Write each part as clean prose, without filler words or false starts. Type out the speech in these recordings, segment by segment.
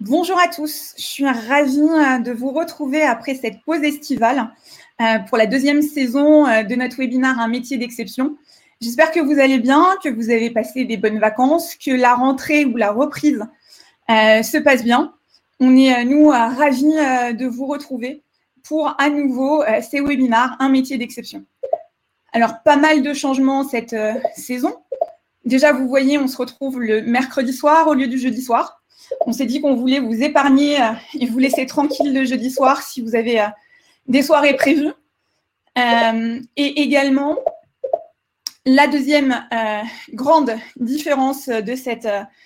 Bonjour à tous, je suis ravie de vous retrouver après cette pause estivale pour la deuxième saison de notre webinaire Un métier d'exception. J'espère que vous allez bien, que vous avez passé des bonnes vacances, que la rentrée ou la reprise se passe bien. On est, nous, ravis de vous retrouver pour à nouveau ces webinaires Un métier d'exception. Alors, pas mal de changements cette saison. Déjà, vous voyez, on se retrouve le mercredi soir au lieu du jeudi soir. On s'est dit qu'on voulait vous épargner et vous laisser tranquille le jeudi soir si vous avez des soirées prévues. Et également, la deuxième grande différence de cette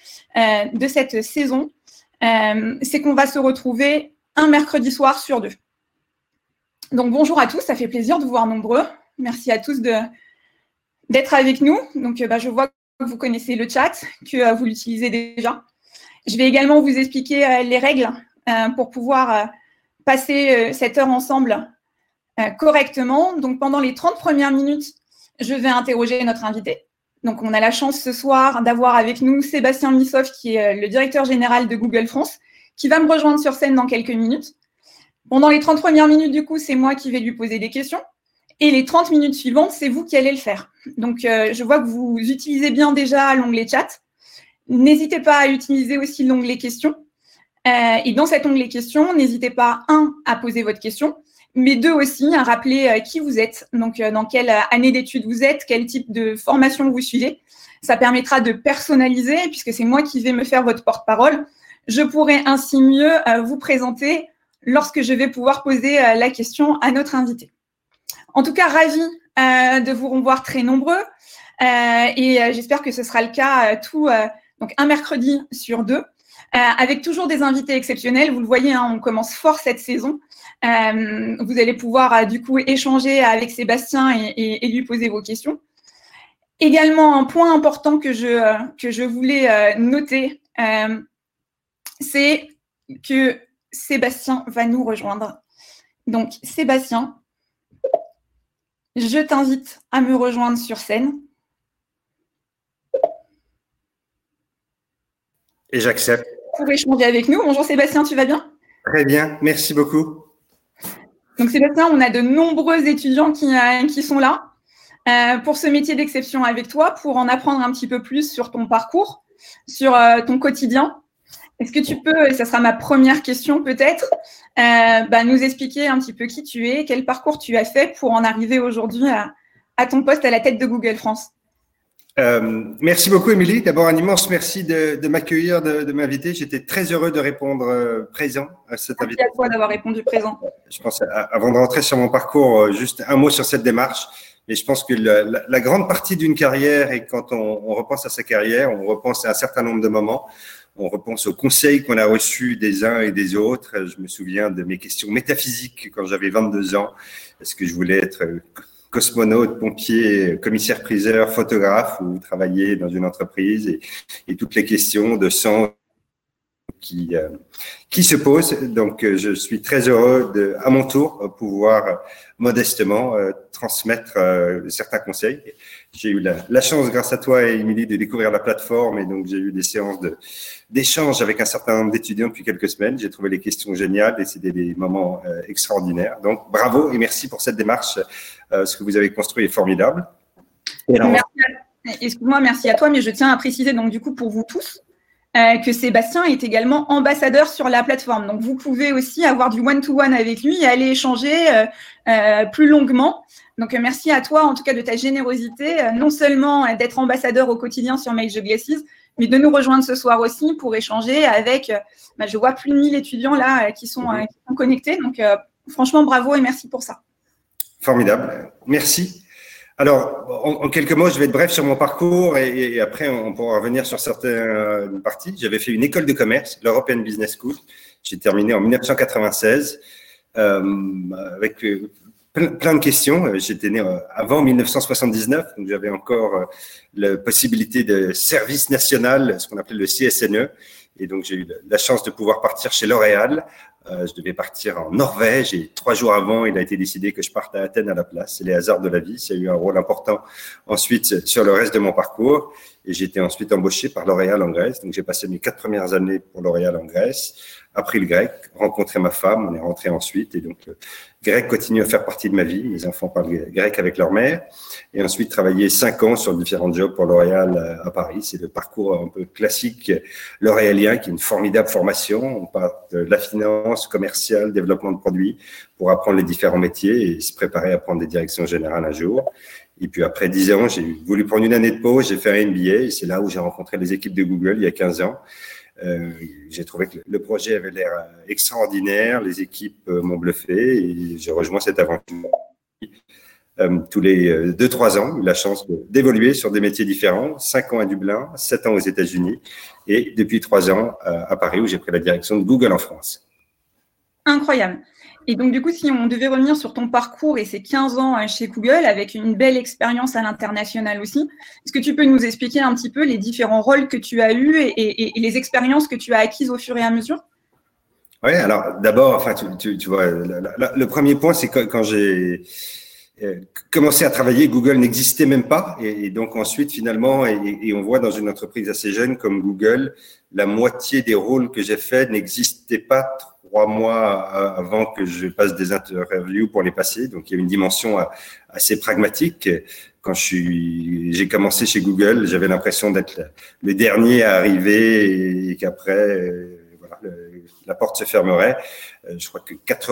saison, c'est qu'on va se retrouver un mercredi soir sur 2. Donc, bonjour à tous, ça fait plaisir de vous voir nombreux. Merci à tous d'être avec nous. Donc, je vois que vous connaissez le chat, que vous l'utilisez déjà. Je vais également vous expliquer les règles pour pouvoir passer cette heure ensemble correctement. Donc, pendant les 30 premières minutes, je vais interroger notre invité. Donc, on a la chance ce soir d'avoir avec nous Sébastien Missoff, qui est le directeur général de Google France, qui va me rejoindre sur scène dans quelques minutes. Pendant les 30 premières minutes, du coup, c'est moi qui vais lui poser des questions. Et les 30 minutes suivantes, c'est vous qui allez le faire. Donc, je vois que vous utilisez bien déjà l'onglet chat. N'hésitez pas à utiliser aussi l'onglet questions. Et dans cet onglet questions, n'hésitez pas, 1, à poser votre question, mais 2 aussi, à rappeler qui vous êtes, donc dans quelle année d'études vous êtes, quel type de formation vous suivez. Ça permettra de personnaliser, puisque c'est moi qui vais me faire votre porte-parole. Je pourrai ainsi mieux vous présenter lorsque je vais pouvoir poser la question à notre invité. En tout cas, ravi de vous revoir très nombreux et j'espère que ce sera le cas donc un mercredi sur 2, avec toujours des invités exceptionnels. Vous le voyez, on commence fort cette saison. Vous allez pouvoir du coup échanger avec Sébastien et lui poser vos questions. Également, un point important que je voulais noter, c'est que Sébastien va nous rejoindre. Donc, Sébastien, je t'invite à me rejoindre sur scène. Et j'accepte. Pour échanger avec nous. Bonjour Sébastien, tu vas bien? Très bien, merci beaucoup. Donc Sébastien, on a de nombreux étudiants qui sont là pour ce métier d'exception avec toi, pour en apprendre un petit peu plus sur ton parcours, sur ton quotidien. Est-ce que tu peux, et ça sera ma première question peut-être, nous expliquer un petit peu qui tu es, quel parcours tu as fait pour en arriver aujourd'hui à ton poste à la tête de Google France? Merci beaucoup, Émilie. D'abord, un immense merci de m'accueillir, de m'inviter. J'étais très heureux de répondre présent à cette invitation. Merci à toi d'avoir répondu présent. Je pense, avant de rentrer sur mon parcours, juste un mot sur cette démarche. Et je pense que la grande partie d'une carrière, et quand on repense à sa carrière, on repense à un certain nombre de moments. On repense aux conseils qu'on a reçus des uns et des autres. Je me souviens de mes questions métaphysiques quand j'avais 22 ans. Est-ce que je voulais être cosmonaute, pompier, commissaire-priseur, photographe ou travailler dans une entreprise et toutes les questions de sens qui se posent. Donc, je suis très heureux à mon tour pouvoir modestement transmettre certains conseils. J'ai eu la chance, grâce à toi et Émilie, de découvrir la plateforme et donc j'ai eu des séances d'échange avec un certain nombre d'étudiants depuis quelques semaines. J'ai trouvé les questions géniales et c'était des moments extraordinaires. Donc, bravo et merci pour cette démarche. Ce que vous avez construit est formidable. Excuse-moi, merci à toi, mais je tiens à préciser donc du coup pour vous tous que Sébastien est également ambassadeur sur la plateforme. Donc, vous pouvez aussi avoir du one-to-one avec lui et aller échanger plus longuement. Donc, merci à toi, en tout cas, de ta générosité, non seulement d'être ambassadeur au quotidien sur Make the Glasses, mais de nous rejoindre ce soir aussi pour échanger avec, je vois plus de 1000 étudiants là qui sont connectés. Donc, franchement, bravo et merci pour ça. Formidable. Merci. Alors, en quelques mots, je vais être bref sur mon parcours et après, on pourra revenir sur certaines parties. J'avais fait une école de commerce, l'European Business School. J'ai terminé en 1996 avec plein de questions. J'étais né avant 1979, donc j'avais encore la possibilité de service national, ce qu'on appelait le CSNE. Et donc, j'ai eu la chance de pouvoir partir chez L'Oréal. Je devais partir en Norvège et 3 jours avant, il a été décidé que je parte à Athènes à la place. C'est les hasards de la vie. Ça a eu un rôle important ensuite sur le reste de mon parcours. Et j'ai été ensuite embauché par L'Oréal en Grèce. Donc, j'ai passé mes 4 premières années pour L'Oréal en Grèce, appris le grec, rencontré ma femme, on est rentré ensuite. Et donc, le grec continue à faire partie de ma vie. Mes enfants parlent grec avec leur mère. Et ensuite, travaillé 5 ans sur différents jobs pour L'Oréal à Paris. C'est le parcours un peu classique l'oréalien, qui est une formidable formation. On part de la finance, commercial, développement de produits, pour apprendre les différents métiers et se préparer à prendre des directions générales un jour. Et puis après 10 ans, j'ai voulu prendre une année de pause, j'ai fait un MBA et c'est là où j'ai rencontré les équipes de Google il y a 15 ans. J'ai trouvé que le projet avait l'air extraordinaire, les équipes m'ont bluffé et j'ai rejoint cette aventure. Tous les 2-3 ans, j'ai eu la chance d'évoluer sur des métiers différents, 5 ans à Dublin, 7 ans aux États-Unis et depuis 3 ans à Paris où j'ai pris la direction de Google en France. Incroyable. Et donc, du coup, si on devait revenir sur ton parcours et ces 15 ans chez Google, avec une belle expérience à l'international aussi, est-ce que tu peux nous expliquer un petit peu les différents rôles que tu as eus et les expériences que tu as acquises au fur et à mesure? Oui, alors d'abord, enfin, tu vois, le premier point, c'est que quand j'ai commencé à travailler, Google n'existait même pas. Et donc ensuite, finalement, et on voit dans une entreprise assez jeune comme Google, la moitié des rôles que j'ai faits n'existaient pas 3 mois avant que je passe des interviews pour les passer. Donc, il y a une dimension assez pragmatique. Quand j'ai commencé chez Google, j'avais l'impression d'être le dernier à arriver et qu'après, voilà, la porte se fermerait. Je crois que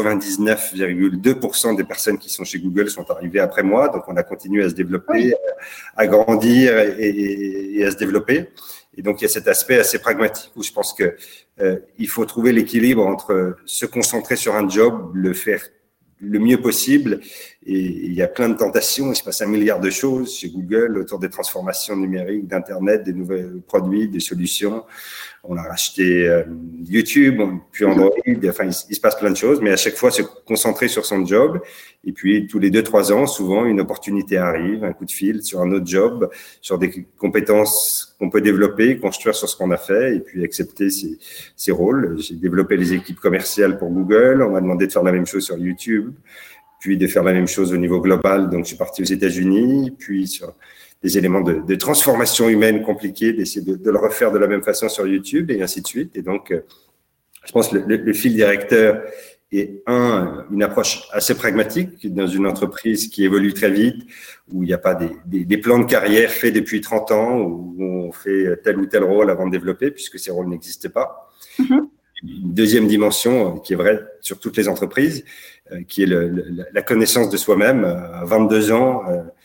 99,2% des personnes qui sont chez Google sont arrivées après moi. Donc, on a continué à se développer, oui, à grandir et à se développer. Et donc, il y a cet aspect assez pragmatique où je pense que il faut trouver l'équilibre entre se concentrer sur un job, le faire le mieux possible. Et il y a plein de tentations. Il se passe 1 milliard de choses chez Google autour des transformations numériques, d'Internet, des nouveaux produits, des solutions. On a racheté YouTube, puis Android. Enfin, il se passe plein de choses. Mais à chaque fois, se concentrer sur son job. Et puis, tous les 2-3 ans, souvent, une opportunité arrive, un coup de fil sur un autre job, sur des compétences qu'on peut développer, construire sur ce qu'on a fait et puis accepter ces rôles. J'ai développé les équipes commerciales pour Google. On m'a demandé de faire la même chose sur YouTube, puis de faire la même chose au niveau global. Donc, je suis parti aux États-Unis, puis sur des éléments de transformation humaine compliqués, d'essayer de le refaire de la même façon sur YouTube et ainsi de suite. Et donc, je pense que le fil directeur est une approche assez pragmatique dans une entreprise qui évolue très vite, où il n'y a pas des plans de carrière faits depuis 30 ans, où on fait tel ou tel rôle avant de développer, puisque ces rôles n'existaient pas. Mm-hmm. Une deuxième dimension qui est vraie sur toutes les entreprises, qui est la connaissance de soi-même. À 22 ans,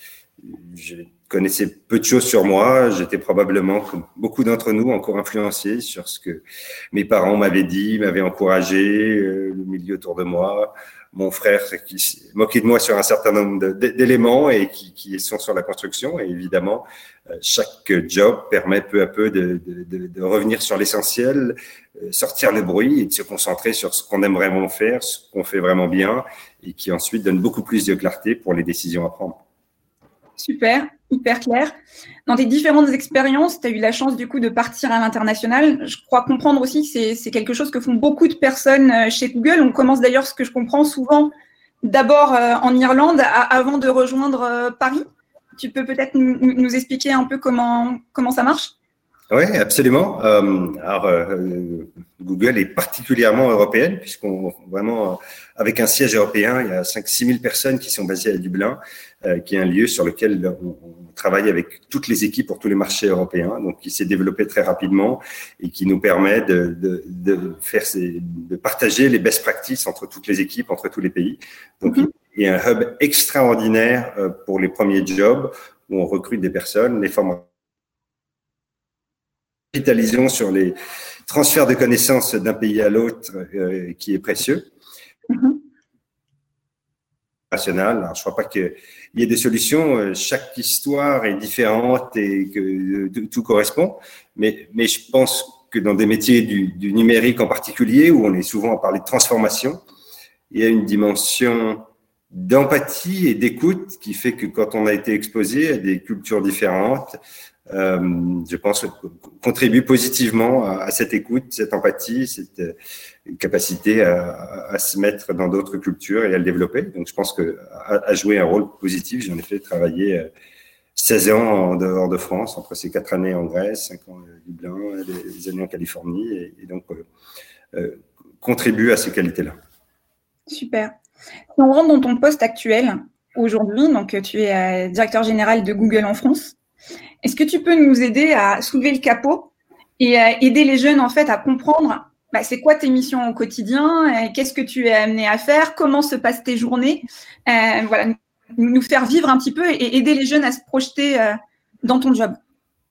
je connaissais peu de choses sur moi. J'étais probablement, comme beaucoup d'entre nous, encore influencé sur ce que mes parents m'avaient dit, m'avaient encouragé, le milieu autour de moi, mon frère qui s'est moqué de moi sur un certain nombre d'éléments et qui sont sur la construction. Et évidemment, chaque job permet peu à peu de revenir sur l'essentiel, sortir le bruit et de se concentrer sur ce qu'on aime vraiment faire, ce qu'on fait vraiment bien et qui ensuite donne beaucoup plus de clarté pour les décisions à prendre. Super, hyper clair. Dans tes différentes expériences, tu as eu la chance du coup de partir à l'international. Je crois comprendre aussi que c'est quelque chose que font beaucoup de personnes chez Google. On commence d'ailleurs, ce que je comprends souvent, d'abord en Irlande avant de rejoindre Paris. Tu peux peut-être nous expliquer un peu comment ça marche ? Oui, absolument. Google est particulièrement européenne, puisqu'on vraiment, avec un siège européen, il y a 5-6 000 personnes qui sont basées à Dublin, qui est un lieu sur lequel on travaille avec toutes les équipes pour tous les marchés européens, donc qui s'est développé très rapidement et qui nous permet de partager les best practices entre toutes les équipes, entre tous les pays. Donc, il y a un hub extraordinaire pour les premiers jobs où on recrute des personnes, les formations. Capitalisons sur les transferts de connaissances d'un pays à l'autre qui est précieux. Alors, je ne crois pas qu'il y ait des solutions. Chaque histoire est différente et que tout correspond. Mais je pense que dans des métiers du numérique en particulier, où on est souvent à parler de transformation, il y a une dimension d'empathie et d'écoute qui fait que quand on a été exposé à des cultures différentes, je pense, contribue positivement à cette écoute, cette empathie, cette capacité à se mettre dans d'autres cultures et à le développer. Donc, je pense que à jouer un rôle positif, j'en ai fait travailler 16 ans en dehors de France, entre ces 4 années en Grèce, 5 ans à Dublin, des années en Californie, et donc contribue à ces qualités-là. Super. Si on rentre dans ton poste actuel aujourd'hui, donc tu es directeur général de Google en France, est-ce que tu peux nous aider à soulever le capot et aider les jeunes en fait à comprendre c'est quoi tes missions au quotidien, qu'est-ce que tu es amené à faire, comment se passent tes journées, voilà, nous faire vivre un petit peu et aider les jeunes à se projeter dans ton job.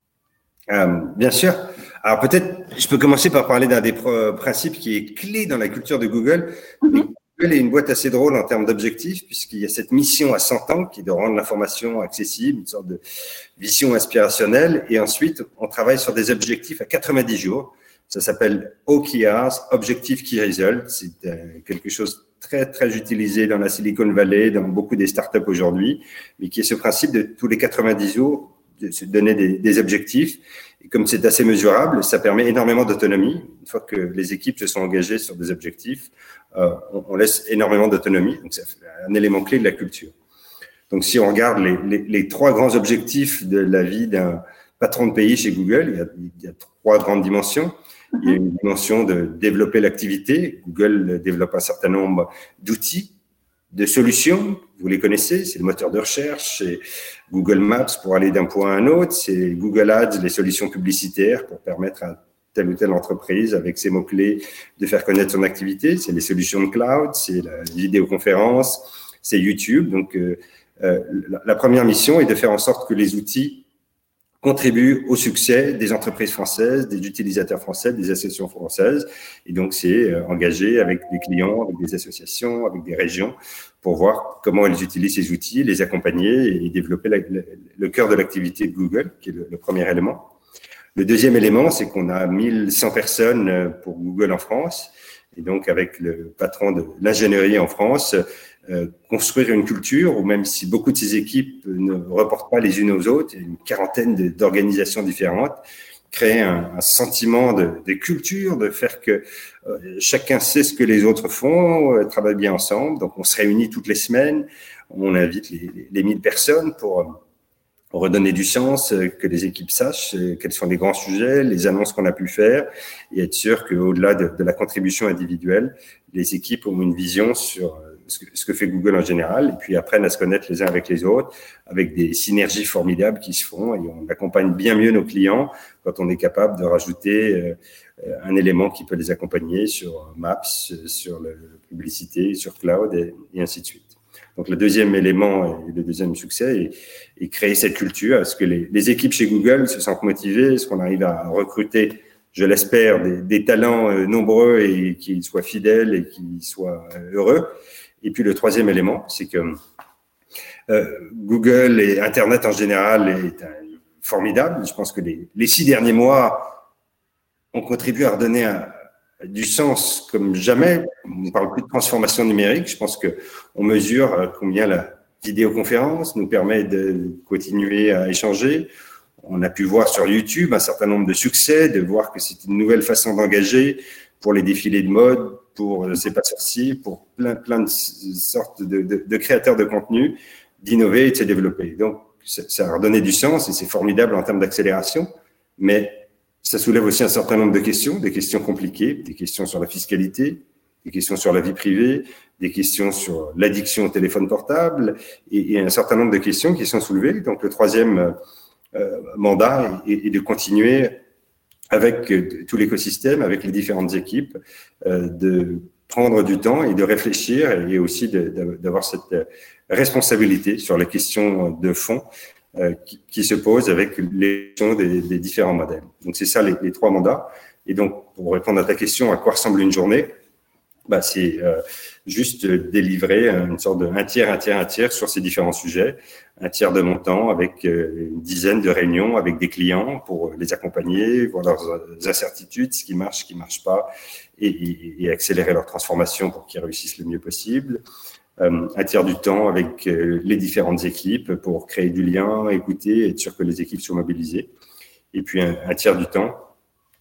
Bien sûr. Alors peut-être, je peux commencer par parler d'un des principes qui est clé dans la culture de Google. Google est une boîte assez drôle en termes d'objectifs, puisqu'il y a cette mission à 100 ans qui est de rendre l'information accessible, une sorte de vision inspirationnelle. Et ensuite, on travaille sur des objectifs à 90 jours. Ça s'appelle OKRs, Objective Key Result. C'est quelque chose très, très utilisé dans la Silicon Valley, dans beaucoup des startups aujourd'hui, mais qui est ce principe de tous les 90 jours de se donner des objectifs. Et comme c'est assez mesurable, ça permet énormément d'autonomie. Une fois que les équipes se sont engagées sur des objectifs, on laisse énormément d'autonomie. Donc, c'est un élément clé de la culture. Donc, si on regarde les 3 grands objectifs de la vie d'un patron de pays chez Google, il y a 3 grandes dimensions. Il y a une dimension de développer l'activité. Google développe un certain nombre d'outils, de solutions. Vous les connaissez, c'est le moteur de recherche, c'est Google Maps pour aller d'un point à un autre, c'est Google Ads, les solutions publicitaires pour permettre à telle ou telle entreprise, avec ses mots-clés, de faire connaître son activité. C'est les solutions de cloud, c'est la vidéoconférence, c'est YouTube. Donc, la première mission est de faire en sorte que les outils contribuent au succès des entreprises françaises, des utilisateurs français, des associations françaises. Et donc, c'est engagé avec des clients, avec des associations, avec des régions pour voir comment elles utilisent ces outils, les accompagner et développer le cœur de l'activité de Google, qui est le premier élément. Le deuxième élément, c'est qu'on a 1100 personnes pour Google en France. Et donc, avec le patron de l'ingénierie en France, construire une culture où même si beaucoup de ces équipes ne reportent pas les unes aux autres, il y a une quarantaine d'organisations différentes, créer un sentiment de culture, de faire que chacun sait ce que les autres font, travaille bien ensemble. Donc, on se réunit toutes les semaines, on invite les 1000 personnes pour redonner du sens, que les équipes sachent quels sont les grands sujets, les annonces qu'on a pu faire, et être sûr qu'au-delà de la contribution individuelle, les équipes ont une vision sur ce que fait Google en général, et puis apprennent à se connaître les uns avec les autres, avec des synergies formidables qui se font, et on accompagne bien mieux nos clients quand on est capable de rajouter un élément qui peut les accompagner sur Maps, sur la publicité, sur Cloud, et ainsi de suite. Donc, le deuxième élément et le deuxième succès est créer cette culture. Est-ce que les équipes chez Google se sentent motivées? Est-ce qu'on arrive à recruter, je l'espère, des talents nombreux et qui soient fidèles et qui soient heureux? Et puis, le troisième élément, c'est que Google et Internet en général est formidable. Je pense que les 6 derniers mois ont contribué à redonner du sens comme jamais. On ne parle plus de transformation numérique. Je pense qu'on mesure combien la vidéoconférence nous permet de continuer à échanger. On a pu voir sur YouTube un certain nombre de succès, de voir que c'est une nouvelle façon d'engager pour les défilés de mode, pour C'est pas sorcier, pour plein de sortes de créateurs de contenu, d'innover et de se développer. Donc, ça a redonné du sens et c'est formidable en termes d'accélération, mais ça soulève aussi un certain nombre de questions, des questions compliquées, des questions sur la fiscalité, des questions sur la vie privée, des questions sur l'addiction au téléphone portable et un certain nombre de questions qui sont soulevées. Donc, le troisième mandat est de continuer avec tout l'écosystème, avec les différentes équipes, de prendre du temps et de réfléchir et aussi d'avoir cette responsabilité sur les questions de fond qui se posent avec les questions des différents modèles. Donc, c'est ça les 3 mandats. Et donc, pour répondre à ta question, à quoi ressemble une journée? C'est juste délivrer une sorte de un tiers sur ces différents sujets, un tiers de mon temps avec une dizaine de réunions avec des clients pour les accompagner, voir leurs incertitudes, ce qui marche pas, et accélérer leur transformation pour qu'ils réussissent le mieux possible. Un tiers du temps avec les différentes équipes pour créer du lien, écouter, être sûr que les équipes soient mobilisées. Et puis un tiers du temps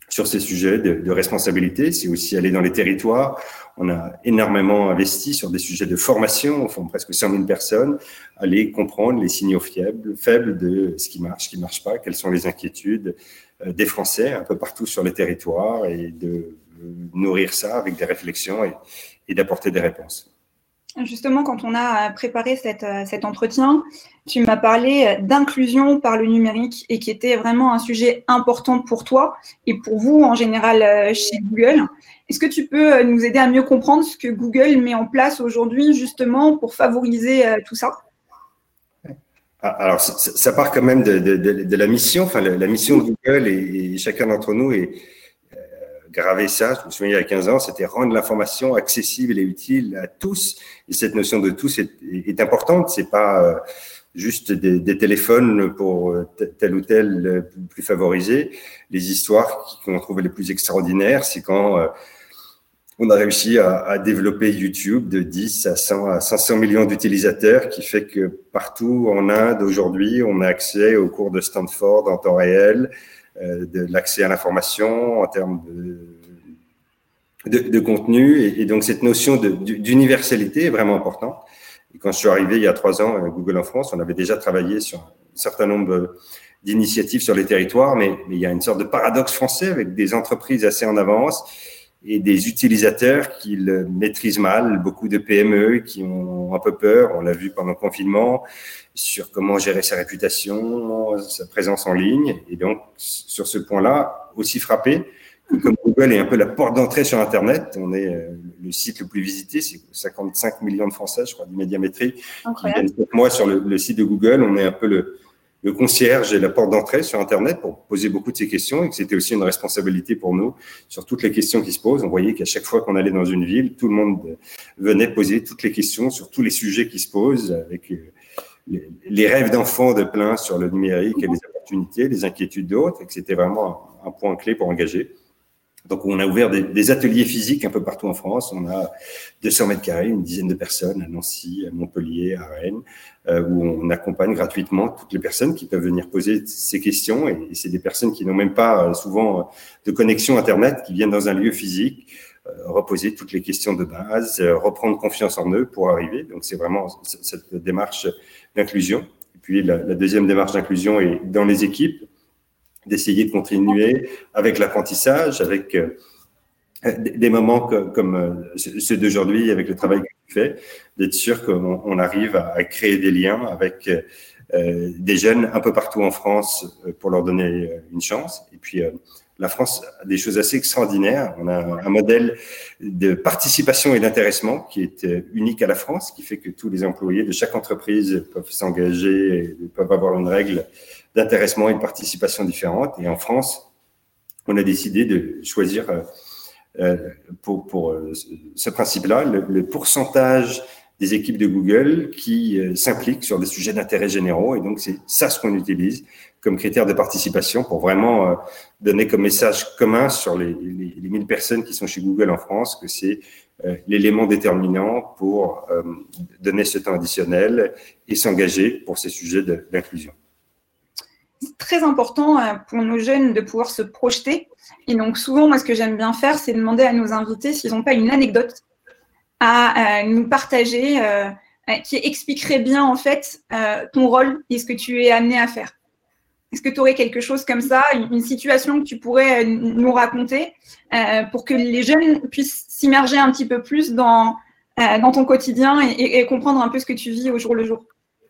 sur ces sujets de responsabilité. C'est aussi aller dans les territoires. On a énormément investi sur des sujets de formation. On forme presque 100 000 personnes. Aller comprendre les signaux faibles de ce qui marche pas, quelles sont les inquiétudes des Français un peu partout sur les territoires et de nourrir ça avec des réflexions et d'apporter des réponses. Justement, quand on a préparé cet entretien, tu m'as parlé d'inclusion par le numérique et qui était vraiment un sujet important pour toi et pour vous en général chez Google. Est-ce que tu peux nous aider à mieux comprendre ce que Google met en place aujourd'hui justement pour favoriser tout ça? Alors, ça part quand même de la mission. Enfin, la mission de Google et chacun d'entre nous est gravé ça. Je me souviens, il y a 15 ans, c'était rendre l'information accessible et utile à tous. Et cette notion de tous est importante. C'est pas juste des téléphones pour tel ou tel plus favorisé. Les histoires qu'on trouve les plus extraordinaires, c'est quand on a réussi à développer YouTube de 10 à 100 à 500 millions d'utilisateurs, qui fait que partout en Inde, aujourd'hui, on a accès aux cours de Stanford en temps réel, de l'accès à l'information en termes de contenu. Et donc, cette notion d'universalité est vraiment importante. Et quand je suis arrivé il y a 3 ans à Google en France, on avait déjà travaillé sur un certain nombre d'initiatives sur les territoires, mais il y a une sorte de paradoxe français avec des entreprises assez en avance et des utilisateurs qui le maîtrisent mal, beaucoup de PME qui ont un peu peur, on l'a vu pendant le confinement, sur comment gérer sa réputation, sa présence en ligne. Et donc, sur ce point-là, aussi frappé, comme Google est un peu la porte d'entrée sur Internet, on est le site le plus visité, c'est 55 millions de Français, je crois, du Médiamétrie, qui viennent chaque mois sur le site de Google. On est un peu le concierge et la porte d'entrée sur Internet pour poser beaucoup de ces questions, et que c'était aussi une responsabilité pour nous sur toutes les questions qui se posent. On voyait qu'à chaque fois qu'on allait dans une ville, tout le monde venait poser toutes les questions sur tous les sujets qui se posent, avec les rêves d'enfants de plein sur le numérique et les opportunités, les inquiétudes d'autres, et que c'était vraiment un point clé pour engager. Donc, on a ouvert des ateliers physiques un peu partout en France. On a 200 mètres carrés, une dizaine de personnes à Nancy, à Montpellier, à Rennes, où on accompagne gratuitement toutes les personnes qui peuvent venir poser ces questions. Et c'est des personnes qui n'ont même pas souvent de connexion Internet, qui viennent dans un lieu physique, reposer toutes les questions de base, reprendre confiance en eux pour arriver. Donc, c'est vraiment cette démarche d'inclusion. Et puis, la deuxième démarche d'inclusion est dans les équipes, d'essayer de continuer avec l'apprentissage, avec des moments comme ceux d'aujourd'hui, avec le travail que tu fais, d'être sûr qu'on arrive à créer des liens avec des jeunes un peu partout en France pour leur donner une chance. Et puis, la France a des choses assez extraordinaires. On a un modèle de participation et d'intéressement qui est unique à la France, qui fait que tous les employés de chaque entreprise peuvent s'engager et peuvent avoir une règle d'intéressement et de participation différentes. Et en France, on a décidé de choisir pour ce principe-là le pourcentage des équipes de Google qui s'impliquent sur des sujets d'intérêt généraux. Et donc, c'est ça ce qu'on utilise comme critère de participation pour vraiment donner comme message commun sur les 1000 personnes qui sont chez Google en France, que c'est l'élément déterminant pour donner ce temps additionnel et s'engager pour ces sujets d'inclusion. C'est très important pour nos jeunes de pouvoir se projeter. Et donc, souvent, moi, ce que j'aime bien faire, c'est demander à nos invités s'ils n'ont pas une anecdote à nous partager qui expliquerait bien, en fait, ton rôle et ce que tu es amené à faire. Est-ce que tu aurais quelque chose comme ça, une situation que tu pourrais nous raconter pour que les jeunes puissent s'immerger un petit peu plus dans ton quotidien et comprendre un peu ce que tu vis au jour le jour?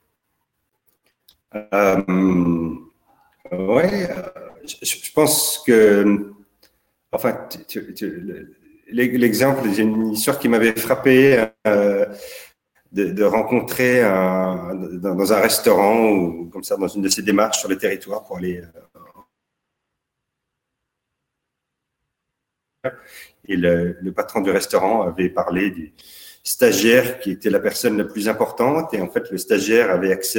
Ouais, je pense que, enfin, l'exemple, j'ai une histoire qui m'avait frappé de rencontrer dans un restaurant ou comme ça, dans une de ces démarches sur le territoire pour aller. Et le patron du restaurant avait parlé du stagiaire qui était la personne la plus importante. Et en fait, le stagiaire avait accès à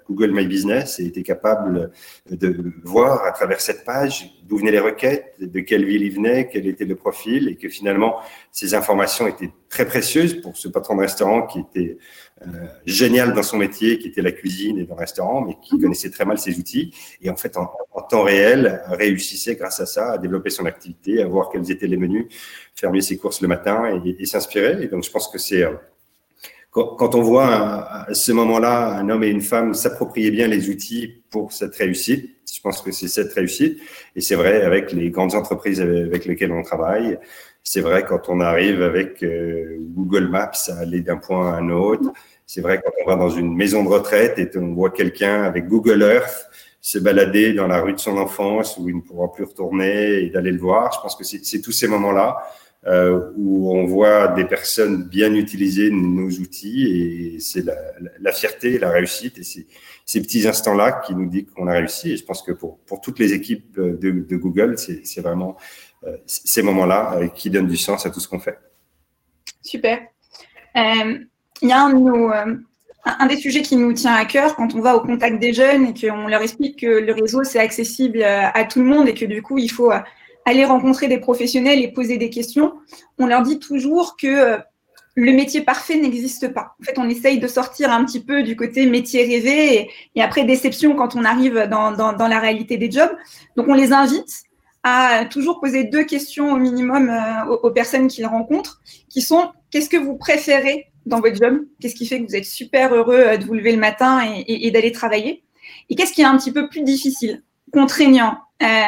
Google My Business et était capable de voir à travers cette page d'où venaient les requêtes, de quelle ville ils venaient, quel était le profil, et que finalement, ces informations étaient très précieuses pour ce patron de restaurant qui était génial dans son métier, qui était la cuisine et dans le restaurant, mais qui connaissait très mal ses outils. Et en fait, en temps réel, réussissait grâce à ça à développer son activité, à voir quels étaient les menus, faire mieux ses courses le matin et s'inspirer. Et donc, je pense que c'est… Quand on voit à ce moment-là un homme et une femme s'approprier bien les outils pour cette réussite, je pense que c'est cette réussite. Et c'est vrai avec les grandes entreprises avec lesquelles on travaille. C'est vrai quand on arrive avec Google Maps à aller d'un point à un autre. C'est vrai quand on va dans une maison de retraite et on voit quelqu'un avec Google Earth se balader dans la rue de son enfance où il ne pourra plus retourner et d'aller le voir. Je pense que c'est tous ces moments-là où on voit des personnes bien utiliser nos outils et c'est la fierté, la réussite et ces petits instants-là qui nous disent qu'on a réussi. Et je pense que pour toutes les équipes de Google, c'est vraiment ces moments-là qui donnent du sens à tout ce qu'on fait. Super. Il y a un des sujets qui nous tient à cœur quand on va au contact des jeunes et qu'on leur explique que le réseau, c'est accessible à tout le monde et que du coup, il faut aller rencontrer des professionnels et poser des questions. On leur dit toujours que le métier parfait n'existe pas. En fait, on essaye de sortir un petit peu du côté métier rêvé et après déception quand on arrive dans la réalité des jobs. Donc, on les invite à toujours poser 2 questions au minimum aux personnes qu'ils rencontrent, qui sont « Qu'est-ce que vous préférez dans votre job ? Qu'est-ce qui fait que vous êtes super heureux de vous lever le matin et d'aller travailler ? Et qu'est-ce qui est un petit peu plus difficile, contraignant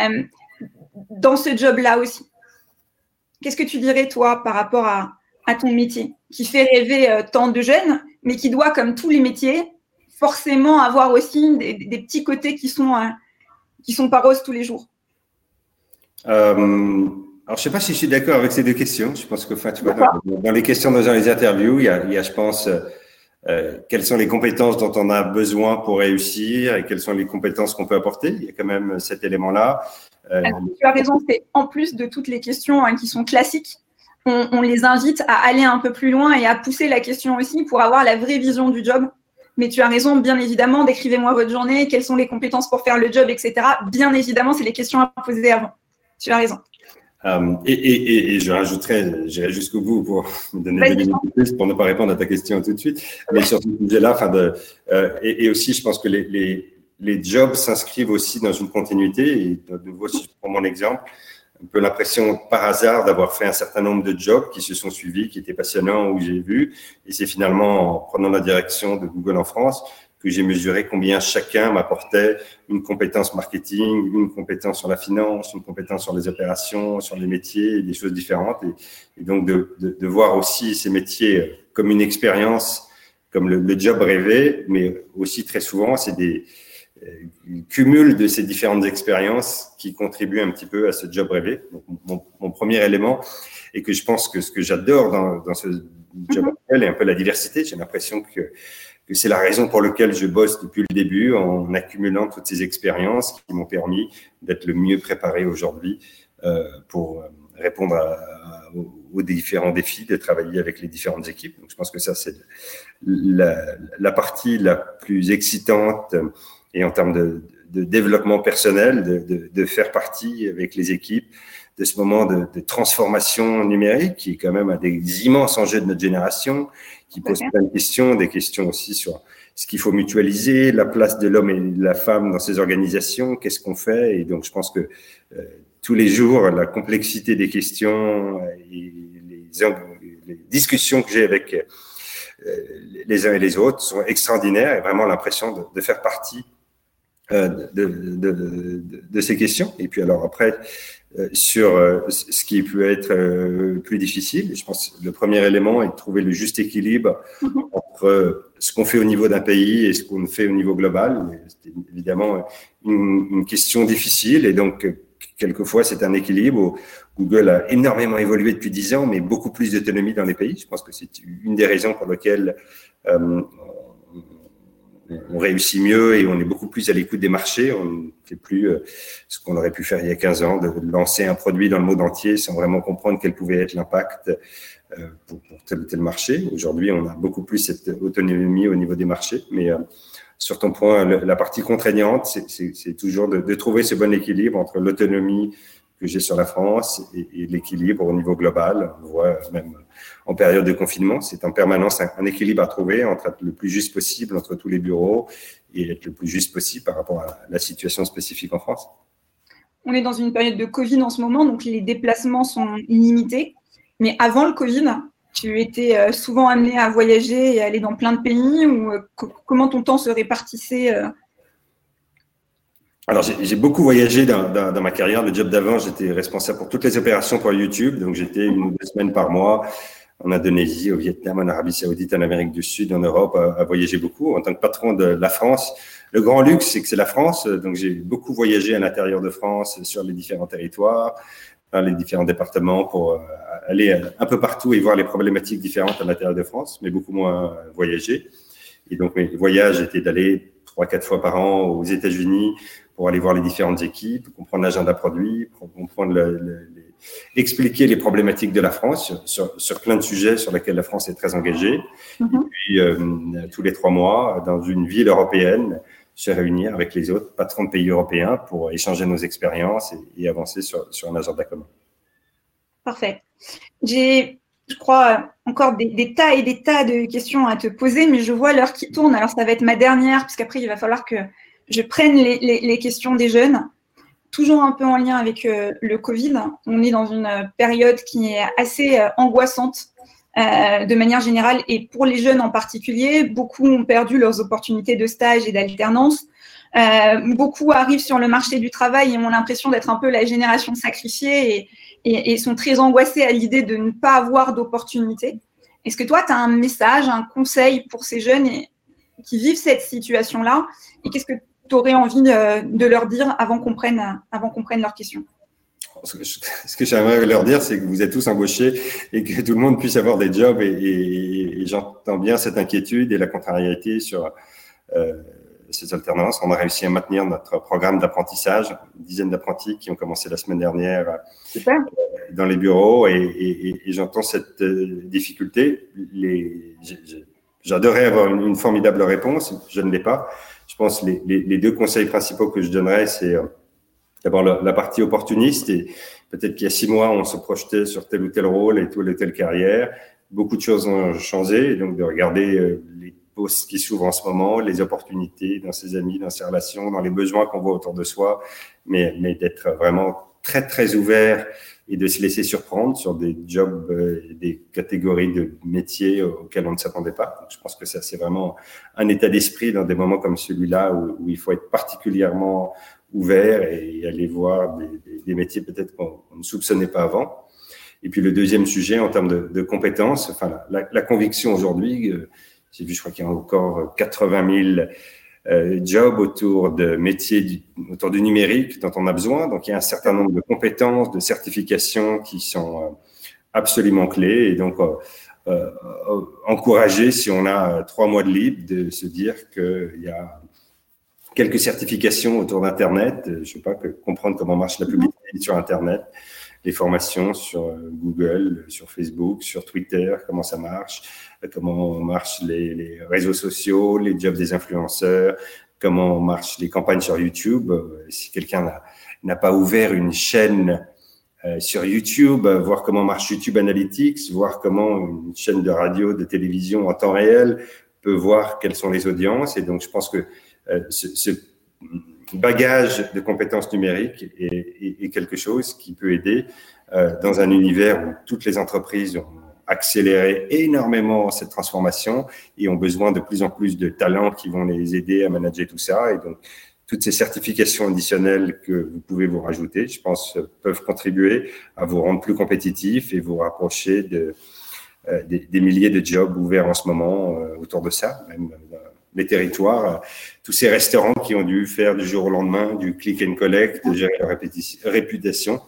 dans ce job-là aussi ? Qu'est-ce que tu dirais, toi, par rapport à ton métier, qui fait rêver tant de jeunes, mais qui doit, comme tous les métiers, forcément avoir aussi des petits côtés qui sont pas roses tous les jours ? Alors, je ne sais pas si je suis d'accord avec ces 2 questions. Je pense que, tu vois, dans les questions dans les interviews, il y a, je pense, quelles sont les compétences dont on a besoin pour réussir et quelles sont les compétences qu'on peut apporter. Il y a quand même cet élément-là. Alors, tu as raison, c'est en plus de toutes les questions qui sont classiques, on les invite à aller un peu plus loin et à pousser la question aussi pour avoir la vraie vision du job. Mais tu as raison, bien évidemment, décrivez-moi votre journée, quelles sont les compétences pour faire le job, etc. Bien évidemment, c'est les questions à poser avant. Tu as raison. Et je rajouterais, j'irai jusqu'au bout pour me donner 2 minutes de plus pour ne pas répondre à ta question tout de suite. Mais sur ce sujet-là, et aussi, je pense que les jobs s'inscrivent aussi dans une continuité. Et de nouveau, si je prends mon exemple, un peu l'impression par hasard d'avoir fait un certain nombre de jobs qui se sont suivis, qui étaient passionnants, où j'ai vu. Et c'est finalement en prenant la direction de Google en France que j'ai mesuré combien chacun m'apportait une compétence marketing, une compétence sur la finance, une compétence sur les opérations, sur les métiers, des choses différentes. Et donc, de voir aussi ces métiers comme une expérience, comme le job rêvé, mais aussi très souvent, c'est des cumul de ces différentes expériences qui contribuent un petit peu à ce job rêvé. Donc, mon premier élément, et que je pense que ce que j'adore dans ce job actuel est un peu la diversité. J'ai l'impression que c'est la raison pour laquelle je bosse depuis le début, en accumulant toutes ces expériences qui m'ont permis d'être le mieux préparé aujourd'hui pour répondre aux différents défis, de travailler avec les différentes équipes. Donc, je pense que ça, c'est la partie la plus excitante et en termes de développement personnel, de faire partie avec les équipes de ce moment de transformation numérique qui est quand même un des immenses enjeux de notre génération, qui pose plein de questions, des questions aussi sur ce qu'il faut mutualiser, la place de l'homme et de la femme dans ces organisations, qu'est-ce qu'on fait. Et donc, je pense que tous les jours, la complexité des questions et les discussions que j'ai avec les uns et les autres sont extraordinaires et vraiment l'impression de faire partie de ces questions. Et puis alors après, sur ce qui peut être plus difficile, je pense que le premier élément est de trouver le juste équilibre entre ce qu'on fait au niveau d'un pays et ce qu'on fait au niveau global. C'est évidemment une question difficile et donc quelquefois c'est un équilibre où Google a énormément évolué depuis 10 ans, mais beaucoup plus d'autonomie dans les pays. Je pense que c'est une des raisons pour lesquelles on réussit mieux et on est beaucoup plus à l'écoute des marchés. On ne fait plus ce qu'on aurait pu faire il y a 15 ans, de lancer un produit dans le monde entier sans vraiment comprendre quel pouvait être l'impact pour tel ou tel marché. Aujourd'hui, on a beaucoup plus cette autonomie au niveau des marchés. Mais sur ton point, la partie contraignante, c'est toujours de trouver ce bon équilibre entre l'autonomie que j'ai sur la France et l'équilibre au niveau global. On voit même en période de confinement, c'est en permanence un équilibre à trouver entre être le plus juste possible entre tous les bureaux et être le plus juste possible par rapport à la situation spécifique en France. On est dans une période de Covid en ce moment, donc les déplacements sont illimités. Mais avant le Covid, tu étais souvent amené à voyager et aller dans plein de pays ou comment ton temps se répartissait Alors, j'ai beaucoup voyagé dans ma carrière. Le job d'avant, j'étais responsable pour toutes les opérations pour YouTube. Donc, j'étais 1 ou 2 semaines par mois en Indonésie, au Vietnam, en Arabie Saoudite, en Amérique du Sud, en Europe, à voyager beaucoup. En tant que patron de la France, le grand luxe, c'est que c'est la France. Donc, j'ai beaucoup voyagé à l'intérieur de France, sur les différents territoires, dans les différents départements pour aller un peu partout et voir les problématiques différentes à l'intérieur de France, mais beaucoup moins voyager. Et donc, mes voyages étaient d'aller 3-4 fois par an aux États-Unis pour aller voir les différentes équipes, comprendre l'agenda produit, comprendre expliquer les problématiques de la France sur plein de sujets sur lesquels la France est très engagée. Et puis, tous les 3 mois, dans une ville européenne, se réunir avec les autres patrons de pays européens pour échanger nos expériences et avancer sur un agenda commun. Parfait. J'ai, je crois, encore des tas et des tas de questions à te poser, mais je vois l'heure qui tourne. Alors, ça va être ma dernière, puisqu'après, il va falloir que je prenne les questions des jeunes. Toujours un peu en lien avec le Covid. On est dans une période qui est assez angoissante de manière générale et pour les jeunes en particulier. Beaucoup ont perdu leurs opportunités de stage et d'alternance. Beaucoup arrivent sur le marché du travail et ont l'impression d'être un peu la génération sacrifiée et sont très angoissés à l'idée de ne pas avoir d'opportunités. Est-ce que toi, tu as un message, un conseil pour ces jeunes qui vivent cette situation-là et qu'est-ce que tu aurais envie de leur dire avant qu'on prenne leurs questions? Ce que j'aimerais leur dire, c'est que vous êtes tous embauchés et que tout le monde puisse avoir des jobs et j'entends bien cette inquiétude et la contrariété sur ces alternances. On a réussi à maintenir notre programme d'apprentissage, une dizaine d'apprentis qui ont commencé la semaine dernière dans les bureaux et j'entends cette difficulté. J'adorerais avoir une formidable réponse, je ne l'ai pas. Je pense que les 2 conseils principaux que je donnerais, c'est d'abord la partie opportuniste et peut-être qu'il y a 6 mois, on se projetait sur tel ou tel rôle et telle ou telle carrière. Beaucoup de choses ont changé, et donc de regarder les postes qui s'ouvrent en ce moment, les opportunités dans ses amis, dans ses relations, dans les besoins qu'on voit autour de soi, mais d'être vraiment très, très ouvert et de se laisser surprendre sur des jobs, des catégories de métiers auxquels on ne s'attendait pas. Donc, je pense que ça, c'est vraiment un état d'esprit dans des moments comme celui-là où il faut être particulièrement ouvert et aller voir des métiers peut-être qu'on ne soupçonnait pas avant. Et puis le deuxième sujet en termes de compétences, enfin la conviction aujourd'hui, j'ai vu, je crois qu'il y a encore 80 000 jobs autour de métiers autour du numérique dont on a besoin. Donc il y a un certain nombre de compétences, de certifications qui sont absolument clés. Et donc encourager, si on a 3 mois de libre, de se dire qu'il y a quelques certifications autour d'Internet, je ne sais pas, comprendre comment marche la publicité sur Internet, les formations sur Google, sur Facebook, sur Twitter, comment ça marche, comment marchent les réseaux sociaux, les jobs des influenceurs, comment marchent les campagnes sur YouTube. Si quelqu'un n'a pas ouvert une chaîne sur YouTube, voir comment marche YouTube Analytics, voir comment une chaîne de radio, de télévision en temps réel peut voir quelles sont les audiences. Et donc, je pense que ce bagage de compétences numériques est quelque chose qui peut aider dans un univers où toutes les entreprises ont accéléré énormément cette transformation et ont besoin de plus en plus de talents qui vont les aider à manager tout ça. Et donc, toutes ces certifications additionnelles que vous pouvez vous rajouter, je pense, peuvent contribuer à vous rendre plus compétitifs et vous rapprocher des milliers de jobs ouverts en ce moment autour de ça, même les territoires, tous ces restaurants qui ont dû faire du jour au lendemain du click and collect, de gérer leur réputation,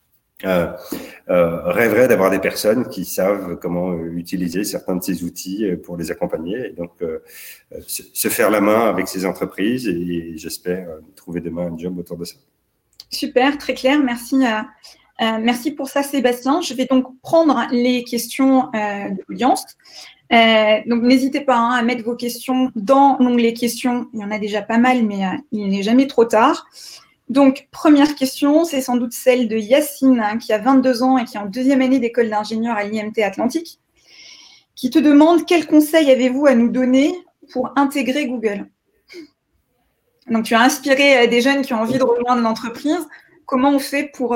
rêveraient d'avoir des personnes qui savent comment utiliser certains de ces outils pour les accompagner. Et donc, se faire la main avec ces entreprises et j'espère trouver demain un job autour de ça. Super, très clair. Merci Merci pour ça, Sébastien. Je vais donc prendre les questions de l'audience. Donc, n'hésitez pas à mettre vos questions dans l'onglet questions. Il y en a déjà pas mal, mais il n'est jamais trop tard. Donc, première question, c'est sans doute celle de Yacine, qui a 22 ans et qui est en 2e année d'école d'ingénieur à l'IMT Atlantique, qui te demande quel conseil avez-vous à nous donner pour intégrer Google? Donc, tu as inspiré des jeunes qui ont envie de rejoindre l'entreprise. Comment on fait pour…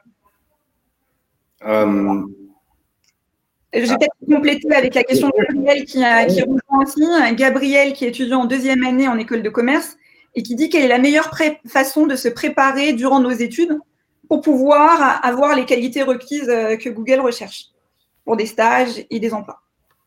Je vais peut-être compléter avec la question de Gabriel qui rejoint aussi. Gabriel qui est étudiant en 2e année en école de commerce et qui dit quelle est la meilleure façon de se préparer durant nos études pour pouvoir avoir les qualités requises que Google recherche pour des stages et des emplois.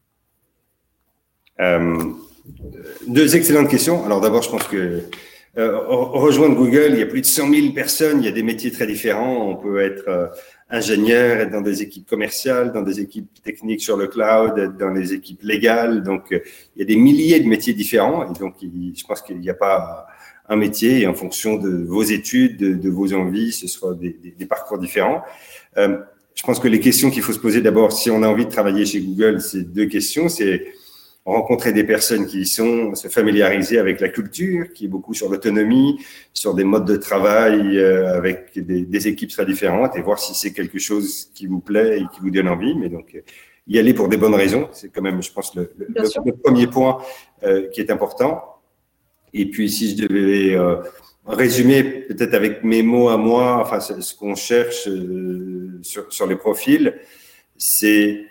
2 excellentes questions. Alors d'abord, je pense que rejoindre Google, il y a plus de 100 000 personnes, il y a des métiers très différents. On peut être ingénieur, être dans des équipes commerciales, dans des équipes techniques sur le cloud, être dans les équipes légales. Donc, il y a des milliers de métiers différents. Et donc, je pense qu'il n'y a pas un métier. Et en fonction de vos études, de vos envies, ce sera des parcours différents. Je pense que les questions qu'il faut se poser d'abord, si on a envie de travailler chez Google, c'est 2 questions. C'est rencontrer des personnes qui y sont, se familiariser avec la culture, qui est beaucoup sur l'autonomie, sur des modes de travail avec des équipes très différentes et voir si c'est quelque chose qui vous plaît et qui vous donne envie. Mais donc, y aller pour des bonnes raisons, c'est quand même, je pense, le premier point qui est important. Et puis, si je devais résumer peut-être avec mes mots à moi, enfin, ce qu'on cherche sur les profils, c'est…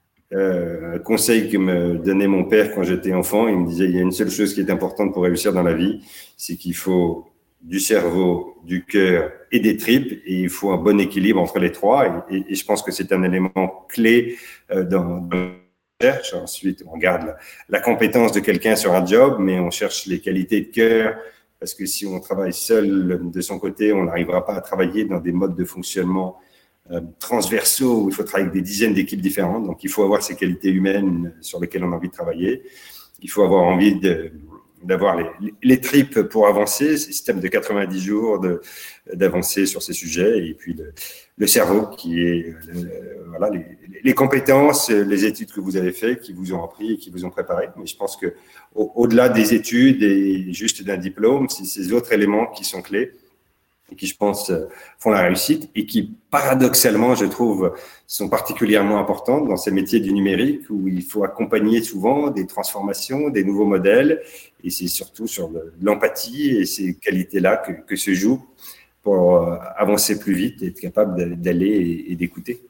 un conseil que me donnait mon père quand j'étais enfant. Il me disait, il y a une seule chose qui est importante pour réussir dans la vie, c'est qu'il faut du cerveau, du cœur et des tripes, et il faut un bon équilibre entre les 3. Et je pense que c'est un élément clé dans la recherche. Ensuite, on regarde la compétence de quelqu'un sur un job, mais on cherche les qualités de cœur, parce que si on travaille seul de son côté, on n'arrivera pas à travailler dans des modes de fonctionnement transversaux où il faut travailler avec des dizaines d'équipes différentes. Donc, il faut avoir ces qualités humaines sur lesquelles on a envie de travailler. Il faut avoir envie d'avoir les tripes pour avancer, ce système de 90 jours d'avancer sur ces sujets. Et puis, le cerveau qui est, voilà, les compétences, les études que vous avez faites, qui vous ont appris et qui vous ont préparé. Mais je pense que au-delà des études et juste d'un diplôme, c'est ces autres éléments qui sont clés et qui, je pense, font la réussite et qui, paradoxalement, je trouve, sont particulièrement importantes dans ces métiers du numérique où il faut accompagner souvent des transformations, des nouveaux modèles. Et c'est surtout sur l'empathie et ces qualités-là que se joue pour avancer plus vite et être capable d'aller et d'écouter.